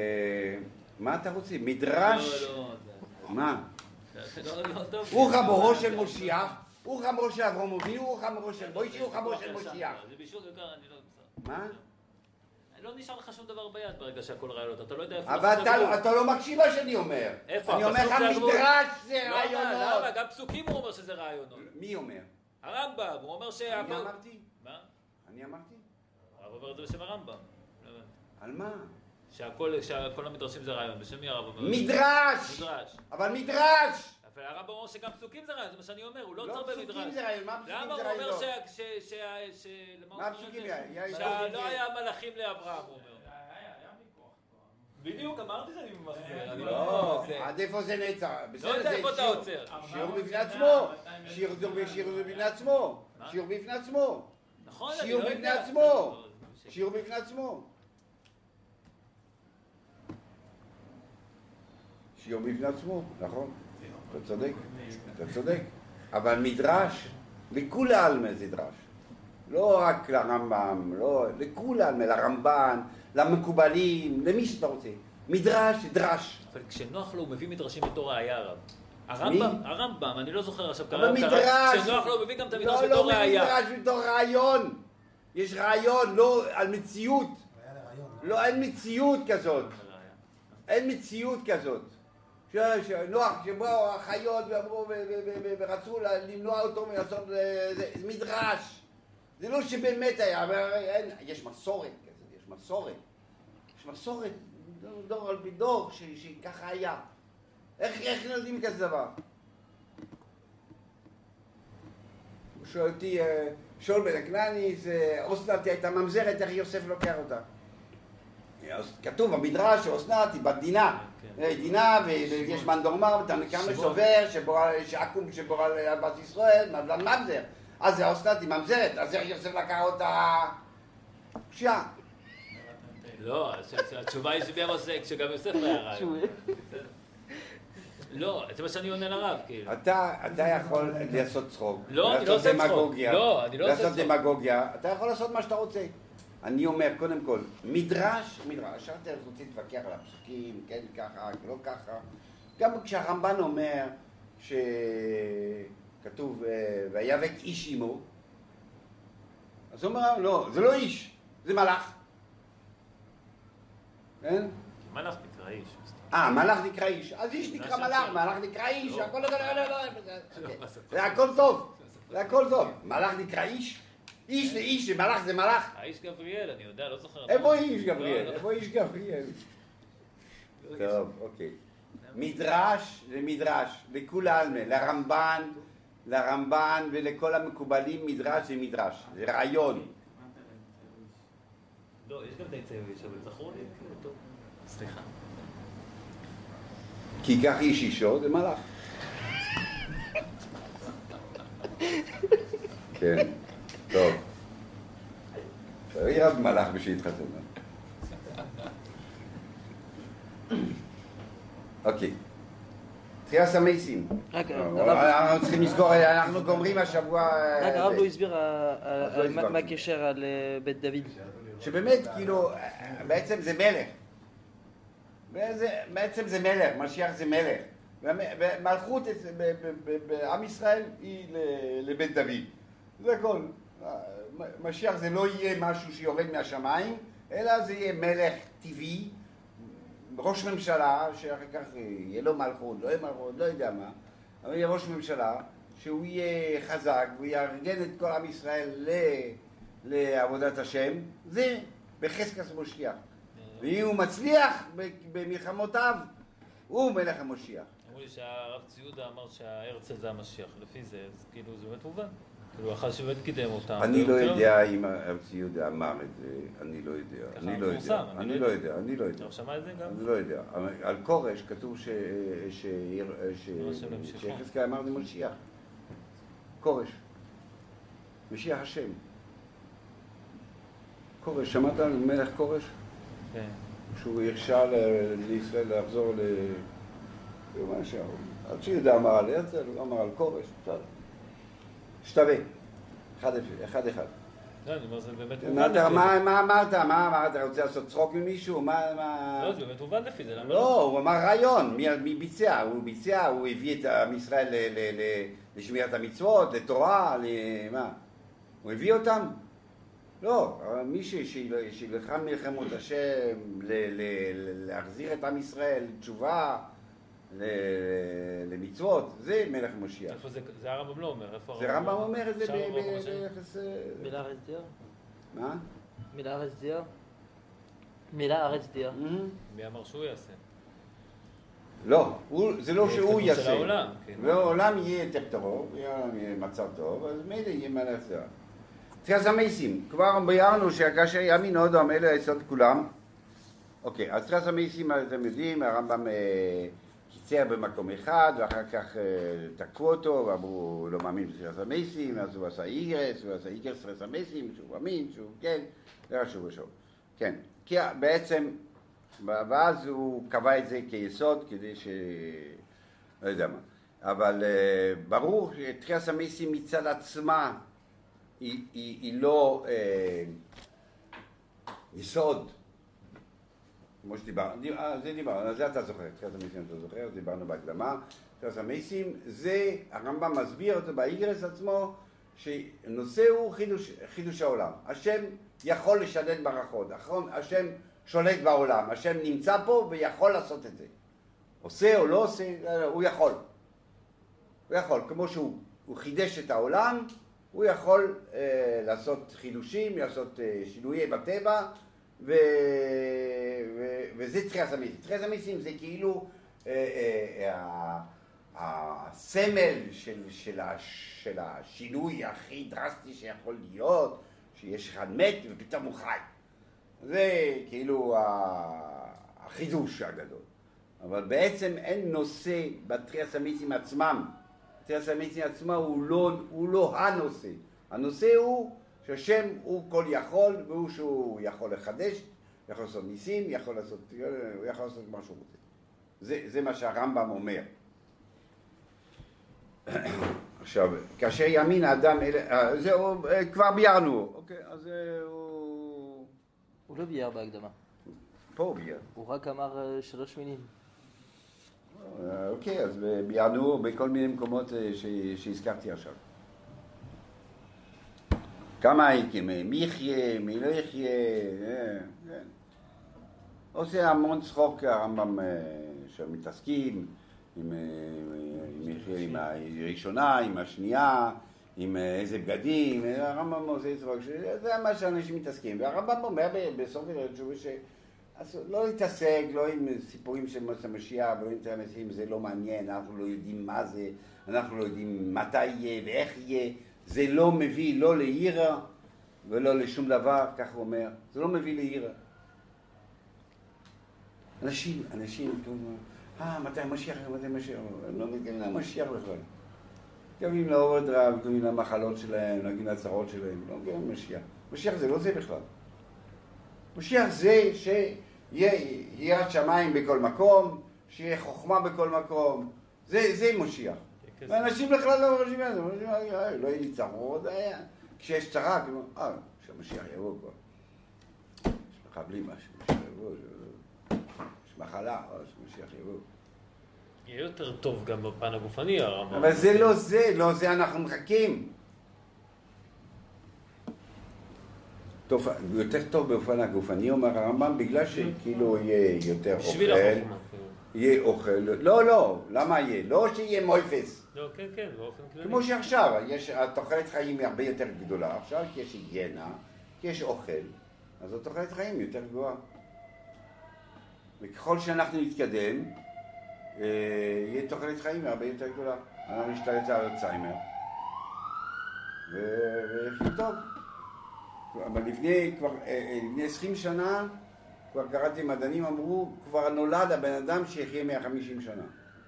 מה אתה רוצה? מדרש? לא, לא, מה? לא, לא, טוב. הוא חמורו של משיח, הוא חמורו של אברהם אבינו, הוא חמורו של מוישה, הוא חמורו של משיח. זה בישול יותר, אני לא... מה? לא נשאר לך שום דבר ביד ברגע שהכל רעיונות, אתה לא יודע איפה... אבל אתה לא מקשיב מה שאני אומר. איפה? אני אומר לך מדרש זה רעיונות. למה? גם פסוקים הוא אומר שזה רעיונות. מי אומר? הרמב"ם, הוא אומר ש... אני אמרתי? מה? אני אמרתי? הרב אומר את זה בשם הרמב"ם. על מה? שהכל המדרשים זה רעיון, בשם מי הרב אומר? מדרש! מדרש. אבל מדרש! אבל הרב אומר שגם פסוקים זה רעיון, זה מה שאני אומר, הוא לא לא עוצר במדרש. פסוקים זה רעיון, מה פסוקים למה זה הוא אומר רעיון? ש... ש... ש... מה פסוקים זה? שלא היה מלאכים לאברהם, הוא אומר. בדיוק, אמרתי שאני ממחזר, אני לא... עד איפה זה נעצר? לא יודע איפה אתה עוצר. שיעור בפני עצמו, שיעור בפני עצמו, שיעור בפני עצמו, נכון, אני שיעור לא בפני יודע. עצמו, שיעור בפני עצמו. שיעור בפני עצמו, נכון, אתה צודק, אתה צודק, אבל מדרש, לכולי עלמא זה דרש, לא רק לרמב"ם, לא, לכולי עלמא, לרמב"ן, למקובלים, למי שאתה רוצה, מדרש זה דרש. אבל כשנוח לו הוא מביא מדרשים בתור ראייה רב. הרמב"ם, הרמב"ם, אני לא זוכר עכשיו, אבל מדרש, כשנוח לו הוא מביא גם את המדרש לא, בתור לא ראייה. מביא מדרש בתור רעיון, יש רעיון, לא על מציאות, לא, אין מציאות כזאת, אין מציאות כזאת. שנוח, שבאו החיות ואמרו ורצו למנוע אותו מלעשות מדרש. זה לא שבאמת היה, אבל יש מסורת כזאת, יש מסורת. יש מסורת, דור על פי דור, שככה היה. איך נולדים כזה דבר? הוא שואל אותי, שואל בן הכנעני, אסנת הייתה ממזרת, איך יוסף לוקח אותה? כתוב במדרש שאסנת היא בת דינה. דינה, ויש מנדורמר, כמה סובר, שעקום שבורא על בת ישראל, מבלן ממזר. אז זה אסנת היא ממזרת, אז איך יוסף לקח אותה פשיעה? לא, התשובה היא שמי אמר שגם יוסף היה רעיון. לא, זה מה שאני עונה לרב, כאילו. אתה יכול לעשות צחוק. לא, אני לא עושה צחוק. לא, אני לא עושה צחוק. לעשות דמגוגיה, אתה יכול לעשות מה שאתה רוצה. אני אומר, קודם כל, מדרש, מדרש, אתה רוצה להתווכח על הפסוקים, כן ככה, לא ככה. גם כשהרמב"ן אומר שכתוב, ויאבק איש עמו, אז הוא אומר, לא, זה לא איש, זה מלאך. כן? מלאך נקרא איש. אה, מלאך נקרא איש. אז איש נקרא מלאך, מלאך נקרא איש, הכל לא, לא, לא, לא, זה הכל טוב, זה הכל טוב. מלאך נקרא איש? איש זה איש, מלאך זה מלאך. האיש גבריאל, אני יודע, לא זוכר. איפה איש גבריאל? איפה איש גבריאל? טוב, אוקיי. מדרש זה מדרש, לכולי עלמא, לרמב"ן, לרמב"ן ולכל המקובלים מדרש זה מדרש, זה רעיון. לא, יש גם די צייביש, אבל זכור לי, טוב. סליחה. כי כך איש אישו זה מלאך. כן, טוב. תראי רק מלאך בשביל להתחתן. אוקיי. תחיית המתים. רק, אנחנו צריכים לזכור, אנחנו גומרים השבוע... רק הרב לא הסביר מה הקשר על בית דוד. שבאמת, כאילו, בעצם זה מלך. בעצם זה מלך, משיח זה מלך. ומלכות בעם ישראל היא לבית דוד. זה הכל. משיח זה לא יהיה משהו שיורד מהשמיים, אלא זה יהיה מלך טבעי, ראש ממשלה, שאחר כך יהיה לו מלכות, לא יהיה מלכות, לא יודע מה, אבל יהיה ראש ממשלה, שהוא יהיה חזק, והוא יארגן את כל עם ישראל לעבודת השם, זה בחזקת משיח. ואם הוא מצליח במלחמותיו, הוא מלך המשיח. אמרו לי שהרב ציודה אמר שההרצל זה המשיח, לפי זה, אז כאילו זה באמת מובן. כאילו, אחר שבאמת קידם אותם. אני לא יודע אם הרב ציודה אמר את זה, אני לא יודע. אני לא יודע, אני לא יודע, אני לא יודע. אתה שמע את זה גם? אני לא יודע. על כורש כתוב שיחזקאל אמר זה משיח. כורש. משיח השם. כורש, שמעת על מלך כורש? כן. שהוא הרשה לישראל לחזור ל... הרב ציודה אמר על הרצל, הוא אמר על כורש. שתווה, אחד אחד. לא, אני אומר, זה באמת מובן לפי זה. מה אמרת? מה אמרת? אתה רוצה לעשות צחוק ממישהו? מה... לא, זה באמת מובן לפי זה. לא, הוא אמר רעיון, מי ביצע? הוא ביצע, הוא הביא את עם ישראל לשמירת המצוות, לתורה, למה? הוא הביא אותם? לא, מי שילחם מלחמות השם, להחזיר את עם ישראל לתשובה, למצוות, זה מלך משיח. איפה זה? זה הרמב"ם לא אומר. זה הרמב"ם אומר את זה ביחס... מילה ארץ דייר? מה? מילה ארץ דייר? מילה ארץ דייר. מי אמר שהוא יעשה? לא, זה לא שהוא יעשה. של העולם. העולם יהיה יותר טוב, העולם יהיה מצב טוב, אז מילא יהיה מלך זה. תחיית המתים, כבר ביארנו שכאשר יאמין הודו המלך יסוד כולם. אוקיי, אז תחיית המתים, אתם יודעים, הרמב"ם קיצר במקום אחד, ואחר כך תקפו אותו, ואמרו, הוא לא מאמין בתחיית המתים, אז הוא עשה איגרס, הוא עשה איגרס תחיית המתים, שהוא מאמין, שהוא כן, זה רשום ושוב. כן, כי בעצם, ואז הוא קבע את זה כיסוד, כדי ש... לא יודע מה. אבל ברור שתחיית המתים מצד עצמה, היא, היא, היא לא אה, יסוד, כמו שדיברנו, זה דיברנו, זה אתה זוכר, תחיית המתים אתה זוכר, דיברנו בהקדמה, תחיית המתים, זה הרמב"ם מסביר אותו באיגרס עצמו, שנושא הוא חידוש, חידוש העולם. השם יכול לשדד ברכות, השם שולט בעולם, השם נמצא פה ויכול לעשות את זה. עושה או לא עושה, הוא יכול. הוא יכול, כמו שהוא חידש את העולם, הוא יכול אה, לעשות חידושים, לעשות אה, שינויי בטבע, ו... ו... וזה תחיית המתים. תחיית המתים זה כאילו אה, אה, הסמל של, של, הש... של השינוי הכי דרסטי שיכול להיות, שיש אחד מת ופתאום הוא חי. זה כאילו החידוש הגדול. אבל בעצם אין נושא בתחיית המתים עצמם. תחיית המתים עצמה הוא לא, הוא לא הנושא. הנושא הוא שהשם הוא כל יכול, והוא שהוא יכול לחדש, יכול לעשות ניסים, יכול לעשות, הוא יכול לעשות מה שהוא רוצה. זה, זה מה שהרמב"ם אומר. עכשיו, כאשר יאמין האדם, זהו, כבר ביארנו, אוקיי, אז הוא... הוא לא ביאר בהקדמה. פה הוא ביאר. הוא רק אמר שלוש מילים. אוקיי, אז ביארנו בכל מיני מקומות שהזכרתי עכשיו. כמה הייתם, מי יחיה, מי לא יחיה, כן. עושה המון צחוק הרמב"ם שמתעסקים עם, עם הראשונה, עם השנייה, עם איזה בגדים, הרמב"ם עושה צחוק, זה מה שאנשים מתעסקים. והרמב"ם אומר בסוף התשובה ש... אז לא להתעסק, לא עם סיפורים של מות המשיח ולא עם תרמסים, זה לא מעניין, אנחנו לא יודעים מה זה, אנחנו לא יודעים מתי יהיה ואיך יהיה, זה לא מביא לא לעירה ולא לשום דבר, כך הוא אומר, זה לא מביא לעירה. אנשים, אנשים, אה, מתי המשיח, מתי המשיח, הם לא מגיעים למשיח בכלל. מתכוונים לאוברדרייב, מתכוונים למחלות שלהם, מתכוונים לצרות שלהם, לא מגיעים למשיח. משיח זה לא זה בכלל. משיח זה שיהיה יראת שמיים בכל מקום, שיהיה חוכמה בכל מקום, זה, זה מושיע. ואנשים בכלל לא חושבים על זה, לא יהיה לי צרות, כשיש צרה, כאילו, אה, שהמשיח יבוא כבר. יש מחבלים משהו, שמשיח יבוא, יש מחלה, אה, שמשיח יבוא. יהיה יותר טוב גם בפן הגופני, הרמב"ם. אבל זה לא זה, לא זה אנחנו מחכים. טוב, יותר טוב באופן הגופני, אומר הרמב"ם, בגלל שכאילו יהיה יותר אוכל. בשביל החוכמה. יהיה אוכל, לא, לא, למה יהיה? לא שיהיה מויפס. לא, כן, כן, באופן כללי. כמו שעכשיו, יש, התוחלת חיים היא הרבה יותר גדולה, עכשיו כי יש היגיינה, כי יש אוכל, אז התוחלת חיים יותר גבוהה. וככל שאנחנו נתקדם, אה, יהיה תוחלת חיים הרבה יותר גדולה. אנחנו נשתלט על אלצהיימר, ויחי טוב. אבל לפני, כבר, לפני עשרים שנה, כבר קראתי מדענים, אמרו, כבר נולד הבן אדם שיחיה מאה וחמישים שנה.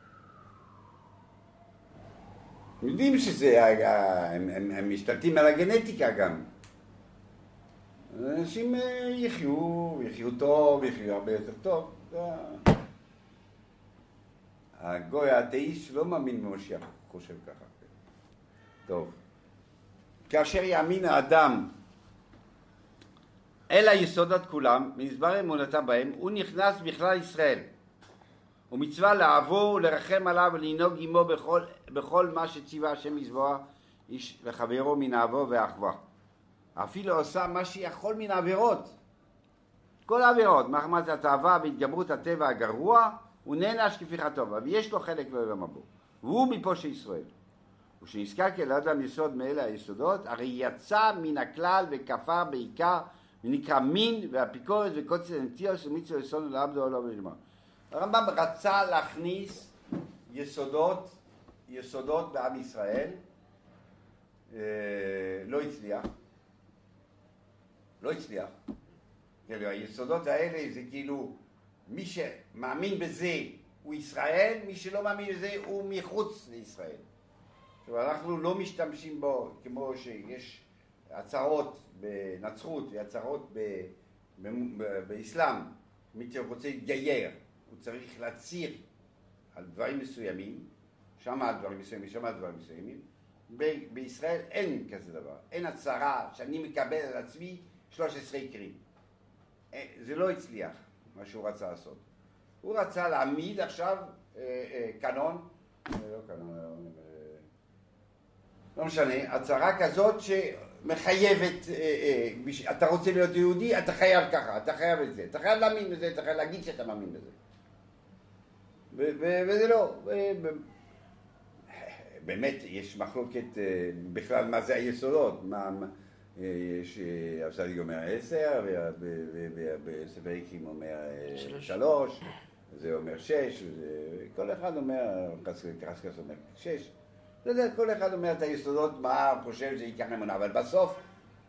יודעים שזה, הם, הם, הם משתלטים על הגנטיקה גם. אנשים יחיו, יחיו טוב, יחיו הרבה יותר טוב. הגוי האתאיסט לא מאמין במשיח, חושב ככה. טוב. כאשר יאמין האדם אל היסודות כולם, ונשבר אמונתה בהם, הוא נכנס בכלל ישראל. ומצווה לעבור ולרחם עליו ולנהוג עמו בכל, בכל מה שציווה השם יזבוע איש וחברו מן האהבה והאחווה. אפילו עושה מה שיכול מן העבירות. כל העבירות, מחמת התאווה והתגברות הטבע הגרוע, הוא נענש כפי חטאו, ויש לו חלק לעולם הבא. והוא מפושע ישראל. ושנזקק אל האדם יסוד מאלה היסודות, הרי יצא מן הכלל וכפר בעיקר, ונקרא מין והאפיקורס וקוצר הנטיוס ומצווה יסוד לעבדו עולו ולשמו. הרמב"ם רצה להכניס יסודות, יסודות בעם ישראל, אה, לא הצליח, לא הצליח. כאילו, היסודות האלה זה כאילו, מי שמאמין בזה הוא ישראל, מי שלא מאמין בזה הוא מחוץ לישראל. עכשיו, אנחנו לא משתמשים בו כמו שיש הצהרות בנצרות והצהרות ב- ב- ב- באסלאם, מי שרוצה להתגייר, הוא צריך להצהיר על דברים מסוימים, שם על דברים מסוימים, שם על דברים מסוימים. ב- בישראל אין כזה דבר, אין הצהרה שאני מקבל על עצמי שלוש עשרה עיקרים. זה לא הצליח, מה שהוא רצה לעשות. הוא רצה להעמיד עכשיו אה, אה, קנון, לא קנון, אה, לא משנה, הצהרה כזאת שמחייבת, אה, אה, אתה רוצה להיות יהודי, אתה חייב ככה, אתה חייב את זה, אתה חייב להאמין בזה, אתה חייב להגיד שאתה מאמין בזה. ו- ו- וזה לא, ו- ו- באמת יש מחלוקת אה, בכלל מה זה היסודות, מה... מה יש, אפשר אומר עשר, ובספר עיקרים אומר שלוש, זה אומר שש, כל אחד אומר, קרסקס אומר שש, כל אחד אומר את היסודות, מה הוא חושב שזה עיקר אמונה, אבל בסוף,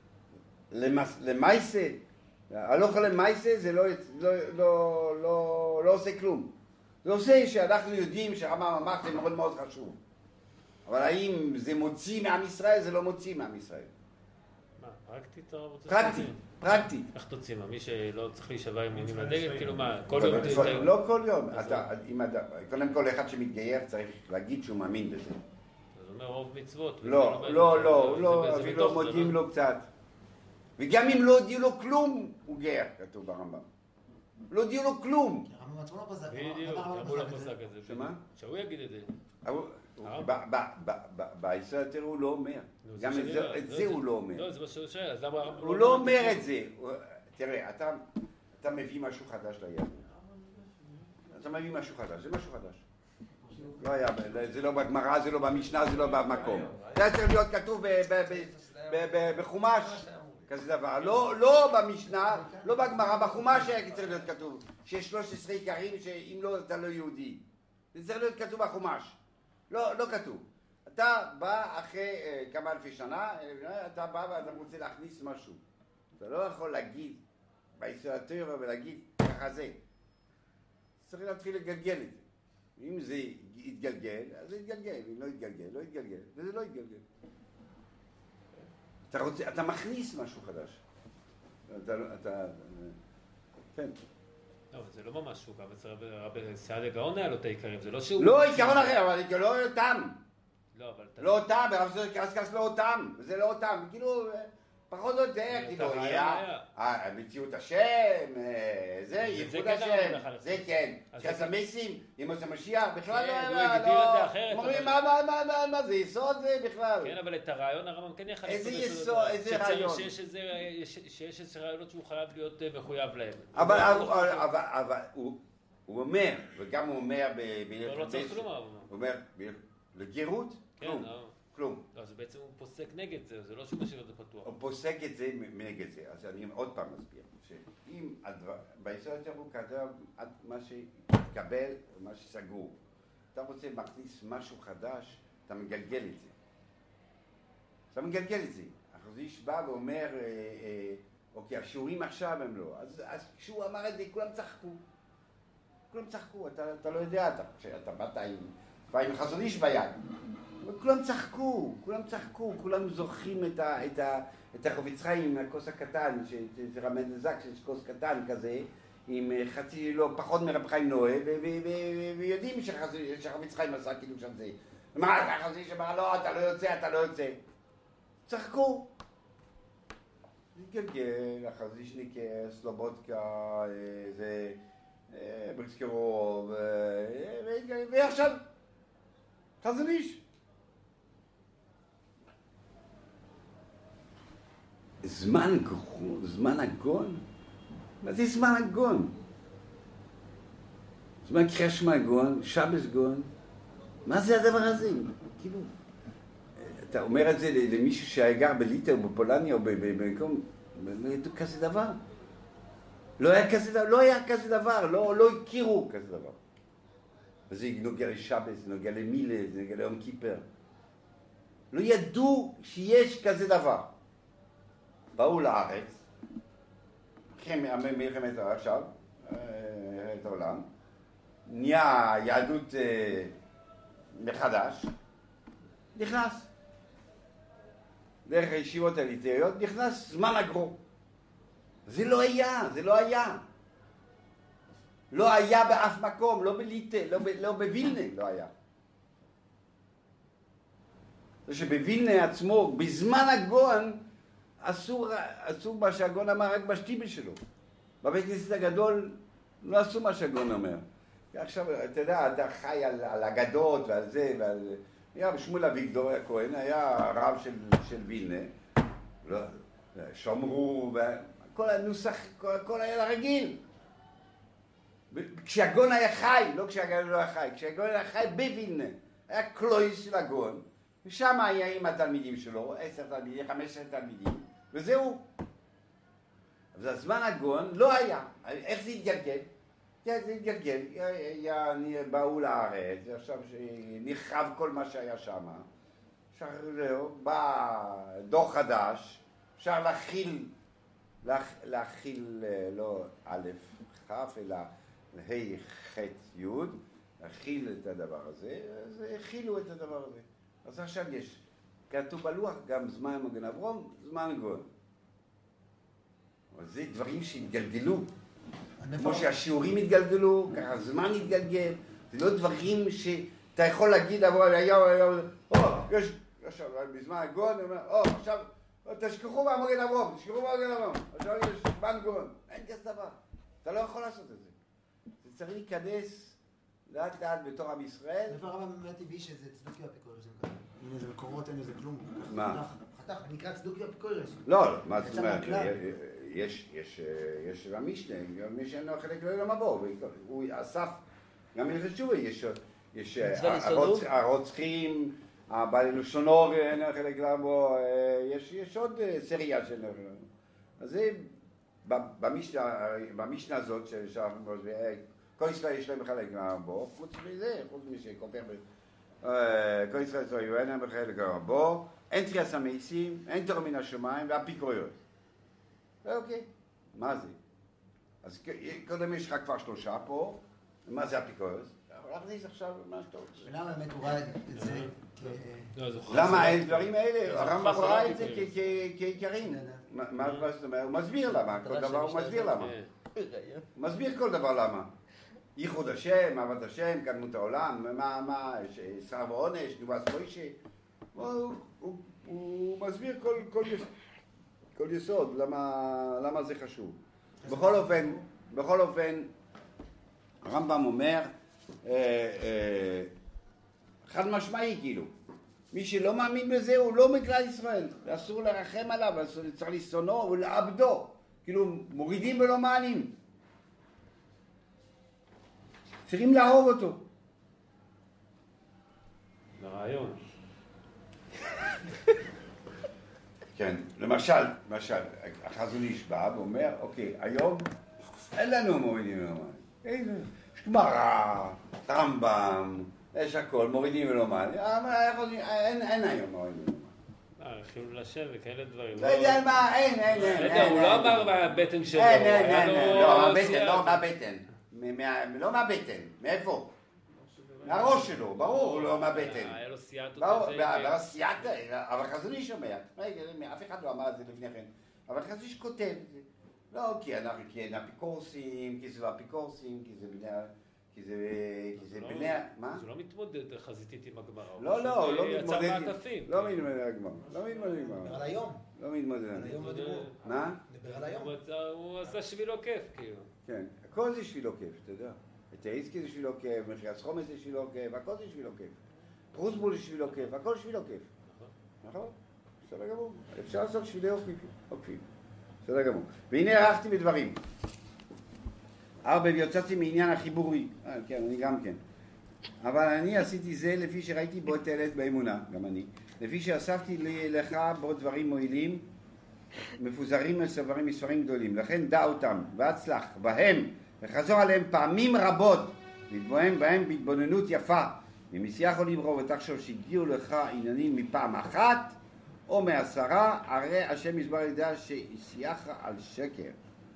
למעשה, הלכה למעשה זה לא, לא, לא, לא, לא עושה כלום. זה עושה שאנחנו יודעים שהרמב"ם אמר זה מאוד מאוד חשוב, אבל האם זה מוציא מעם ישראל? זה לא מוציא מעם ישראל. פרקטית הרב רוצה פרקטית, פרקטית. איך תוציא? מה, מי שלא צריך להישבע אמונים לדגל? כאילו מה, כל יום... לא כל יום. קודם כל אחד שמתגייר צריך להגיד שהוא מאמין בזה. אז הוא אומר רוב מצוות. לא, לא, לא, לא, אפילו מודיעים לו קצת. וגם אם לא הודיעו לו כלום, הוא גייר, כתוב ברמב"ם. לא הודיעו לו כלום. הרמב"ם עצמו לא פסק. בדיוק, הרמב"ם לא פסק את זה. שמה? שהוא יגיד את זה. בישראל יותר הוא לא אומר, גם את זה הוא לא אומר. לא, זה מה שהוא שואל, אז למה... הוא לא אומר את זה. תראה, אתה מביא משהו חדש ליהדות. אתה מביא משהו חדש, זה משהו חדש. זה לא בגמרא, זה לא במשנה, זה לא במקום. זה היה צריך להיות כתוב בחומש, כזה דבר. לא במשנה, לא בגמרא, בחומש היה צריך להיות כתוב שיש שלוש עשרה עיקרים שאם לא אתה לא יהודי. זה צריך להיות כתוב בחומש. לא, לא כתוב. אתה בא אחרי uh, כמה אלפי שנה, אתה בא ואתה רוצה להכניס משהו. אתה לא יכול להגיד בישראל ולהגיד ככה זה. צריך להתחיל לגלגל את זה. אם זה יתגלגל, אז זה יתגלגל. אם לא יתגלגל, לא יתגלגל. וזה לא יתגלגל. אתה רוצה, אתה מכניס משהו חדש. אתה, אתה, כן. לא, אבל זה לא ממש הוא, גם אצל רבי סעדיה גאון היה לו את העיקרים, זה לא שהוא... לא, עיקרון אחר, אבל לא אותם. לא, אבל... לא אותם, ברב זה קרסקס לא אותם, זה לא אותם, כאילו, פחות או יותר, כאילו, מציאות השם, זה, ייחוד השם, זה כן, חסמיסים, אם זה משיח, בכלל לא... הוא הגדיר את זה אחרת. אומרים, מה זה, יסוד זה בכלל? כן, אבל את הרעיון הרמב"ם כן יכל... איזה יסוד, איזה רעיון? שיש איזה רעיונות שהוא חייב להיות מחויב להם. אבל הוא אומר, וגם הוא אומר... לא צריך כלום, הוא אומר, לגרות? כלום, כלום. לא, אז בעצם הוא פוסק נגד זה, זה לא שהוא משאיר את זה פתוח. הוא פוסק את זה נגד זה, אז אני עוד פעם מסביר, שאם ביסוד הוא כתב מה שהתקבל ומה שסגור, אתה רוצה להכניס משהו חדש, אתה מגלגל את זה. אתה מגלגל את זה. החזון איש בא ואומר, אוקיי, השיעורים עכשיו הם לא, אז כשהוא אמר את זה, כולם צחקו. כולם צחקו, אתה לא יודע, אתה באת עם חזון איש ביד. כולם צחקו, כולם צחקו, כולם זוכרים את ה, את ה, את החפץ חיים, הכוס הקטן, שזה רמז לזק, שיש כוס קטן כזה, עם חצי, לא, פחות מרב חיים נועה, ויודעים שהחפץ חיים עשה קידוש על זה. מה, אתה חזי שאמר, לא, אתה לא יוצא, אתה לא יוצא. צחקו. גלגל, החזישניק, סלובודקה, זה, ברסקרוב, ועכשיו, חזון איש. זמן גרון, זמן הגון? מה זה זמן הגון? זמן קריאה גון, שבס גון? מה זה הדבר הזה? כאילו, אתה אומר את זה למישהו שגר בליטא או בפולניה או במקום, לא ידעו כזה דבר. לא היה כזה דבר, לא היה כזה דבר, לא, לא הכירו כזה דבר. וזה נוגע לשבס, זה נוגע למילה, זה נוגע ליום כיפר. לא ידעו שיש כזה דבר. באו לארץ, מלחמת עכשיו, את העולם, נהיה יהדות מחדש, נכנס. דרך הישיבות הליטאיות, נכנס זמן הגרו. זה לא היה, זה לא היה. לא היה באף מקום, לא בליטא, לא, ב, לא בווילנה, לא היה. זה שבווילנה עצמו, בזמן הגון, אסור, אסור מה שהגון אמר רק בשטיבל שלו. בבית כנסת הגדול לא עשו מה שהגון אומר. עכשיו, אתה יודע, אתה חי על, על אגדות ועל זה, ועל... היה שמואל אביגדור הכהן, היה רב של, של וילנה, לא, שומרו, וכל הנוסח, כל, כל היה רגיל. כשהגון היה חי, לא כשהגון לא היה חי, כשהגון היה חי בווילנה, היה קלויס של הגון, ושם היה עם התלמידים שלו, עשר תלמידים, חמש עשר תלמידים, וזהו. אז הזמן הגון לא היה. איך זה התגלגל? זה התגלגל, באו לארץ, עכשיו שנחרב כל מה שהיה שם, בא דור חדש, אפשר להכיל, להכיל לא א' כ' אלא ה' ח' י', להכיל את הדבר הזה, אז הכילו את הדבר הזה. אז עכשיו יש, כתוב בלוח גם זמן מגן אברום, זמן גון. אבל זה דברים שהתגלגלו. כמו שהשיעורים התגלגלו, ככה הזמן התגלגל, זה לא דברים שאתה יכול להגיד, אבל היה, או, יש, עכשיו, בזמן הגון, או, עכשיו, תשכחו מהמגן אברום, תשכחו מהמגן אברום, עכשיו יש זמן גון, אין כזה דבר, אתה לא יכול לעשות את זה. זה צריך להיכנס לאט לאט בתור עם ישראל. איפה הרב באמת טבעי שזה צדוקי אפיקורס, אין איזה מקורות, אין איזה כלום. מה? חתך, נקרא צדוקי אפיקורס. לא, מה זאת אומרת? יש, יש, יש המשנה, המשנה לא חלק לא יום הבוא, הוא אסף, גם יש תשובה, יש, יש הרוצחים, הבעלי לשונו ואין חלק לא בו, יש, יש עוד סריה של... אז זה, במשנה הזאת, כל ישראל יש להם חלק לא בו, חוץ מזה, חוץ משכופר, כל ישראל אין להם חלק לא בו, אין תחיית המסים, אין תורה מן השמיים והאפיקוריות. אוקיי, מה זה? אז קודם יש לך כבר שלושה פה, מה זה אפיקורס? אבל להכניס עכשיו מה שאתה רוצה. ולמה באמת הוא ראה את זה כ... למה הדברים האלה? הרמב"ם ראה את זה כעיקרים. מה זאת אומרת? הוא מסביר למה, כל דבר הוא מסביר למה. מסביר כל דבר למה. ייחוד השם, אהבת השם, קדמות העולם, מה, מה, שכר ועונש, תנובת מוישה. הוא, הוא, הוא מסביר כל, כל, יסוד, כל יסוד, למה, למה זה חשוב. בכל אופן, בכל אופן, הרמב"ם אומר, אה, אה, חד משמעי כאילו, מי שלא מאמין בזה הוא לא מכלל ישראל, אסור לרחם עליו, צריך לשונאו ולעבדו, כאילו מורידים ולא מעלים. צריכים לאהוב אותו. לרעיון. כן, למשל, למשל, החזון איש בא ואומר, אוקיי, היום אין לנו מורידים ולא מעלים. יש גמרא, רמב"ם, יש הכל, מורידים ולא מעלים. אין היום מורידים ולא מעלים. חילול השם וכאלה דברים. לא יודע מה, אין, אין, אין. הוא לא אמר מהבטן שלו. אין, אין, אין, לא, מהבטן, לא מהבטן. לא מהבטן, מאיפה? מהראש שלו, ברור, לא מהבטן. היה לו סייעתות. ברור, סייעתא, אבל חזון איש אומר, אף אחד לא אמר את זה לפני כן, אבל חזון איש כותב את זה. לא, כי אנחנו, כי אין אפיקורסים, כי זה לא אפיקורסים, כי זה בני, כי זה, כי זה בני, מה? זה לא מתמודד חזיתית עם הגמרא. לא, לא, לא מתמודד, לא מתמודד עם הגמרא, לא מתמודד עם הגמרא. נדבר על היום. לא מתמודד. על היום לא דיבור. מה? נדבר על היום. הוא עשה שבילו כיף, כאילו. כן, הכל זה שבילו כיף, אתה יודע. אתאיסקי זה שבילו כיף, מחיית חומץ זה שבילו כיף, הכל זה שבילו כיף. פרוסבול זה שבילו כיף, הכל שבילו כיף. נכון? בסדר גמור. אפשר לעשות שבילי עוקפים. בסדר גמור. והנה ערכתי בדברים. ארבע, ויוצאתי מעניין החיבורי. אה, כן, אני גם כן. אבל אני עשיתי זה לפי שראיתי בו תועלת באמונה, גם אני. לפי שאספתי לך בו דברים מועילים, מפוזרים מסברים מספרים גדולים. לכן דע אותם, והצלח בהם, וחזור עליהם פעמים רבות, להתבונן בהם בהתבוננות יפה. אם יצליח או לברוא ותחשוב שהגיעו לך עניינים מפעם אחת, או מעשרה, הרי השם יסבר ידע שיסייח על שקר.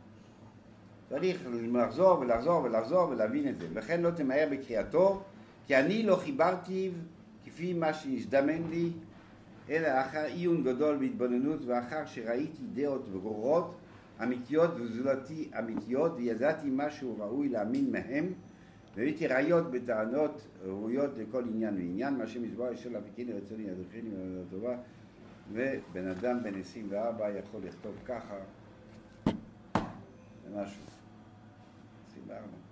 צריך לחזור ולחזור ולחזור ולהבין את זה. לכן לא תמהר בקריאתו, כי אני לא חיברתי כפי מה שנזדמן לי, אלא אחר עיון גדול בהתבוננות, ואחר שראיתי דעות ברורות, אמיתיות וזולתי אמיתיות, וידעתי משהו ראוי להאמין מהם, והייתי ראיות בטענות ראויות לכל עניין ועניין, מה שמסבר אשר להפיקני רצוני ידריכני ולעבודה טובה, ובן אדם בן עשרים וארבע יכול לכתוב ככה, זה משהו. עשרים וארבע.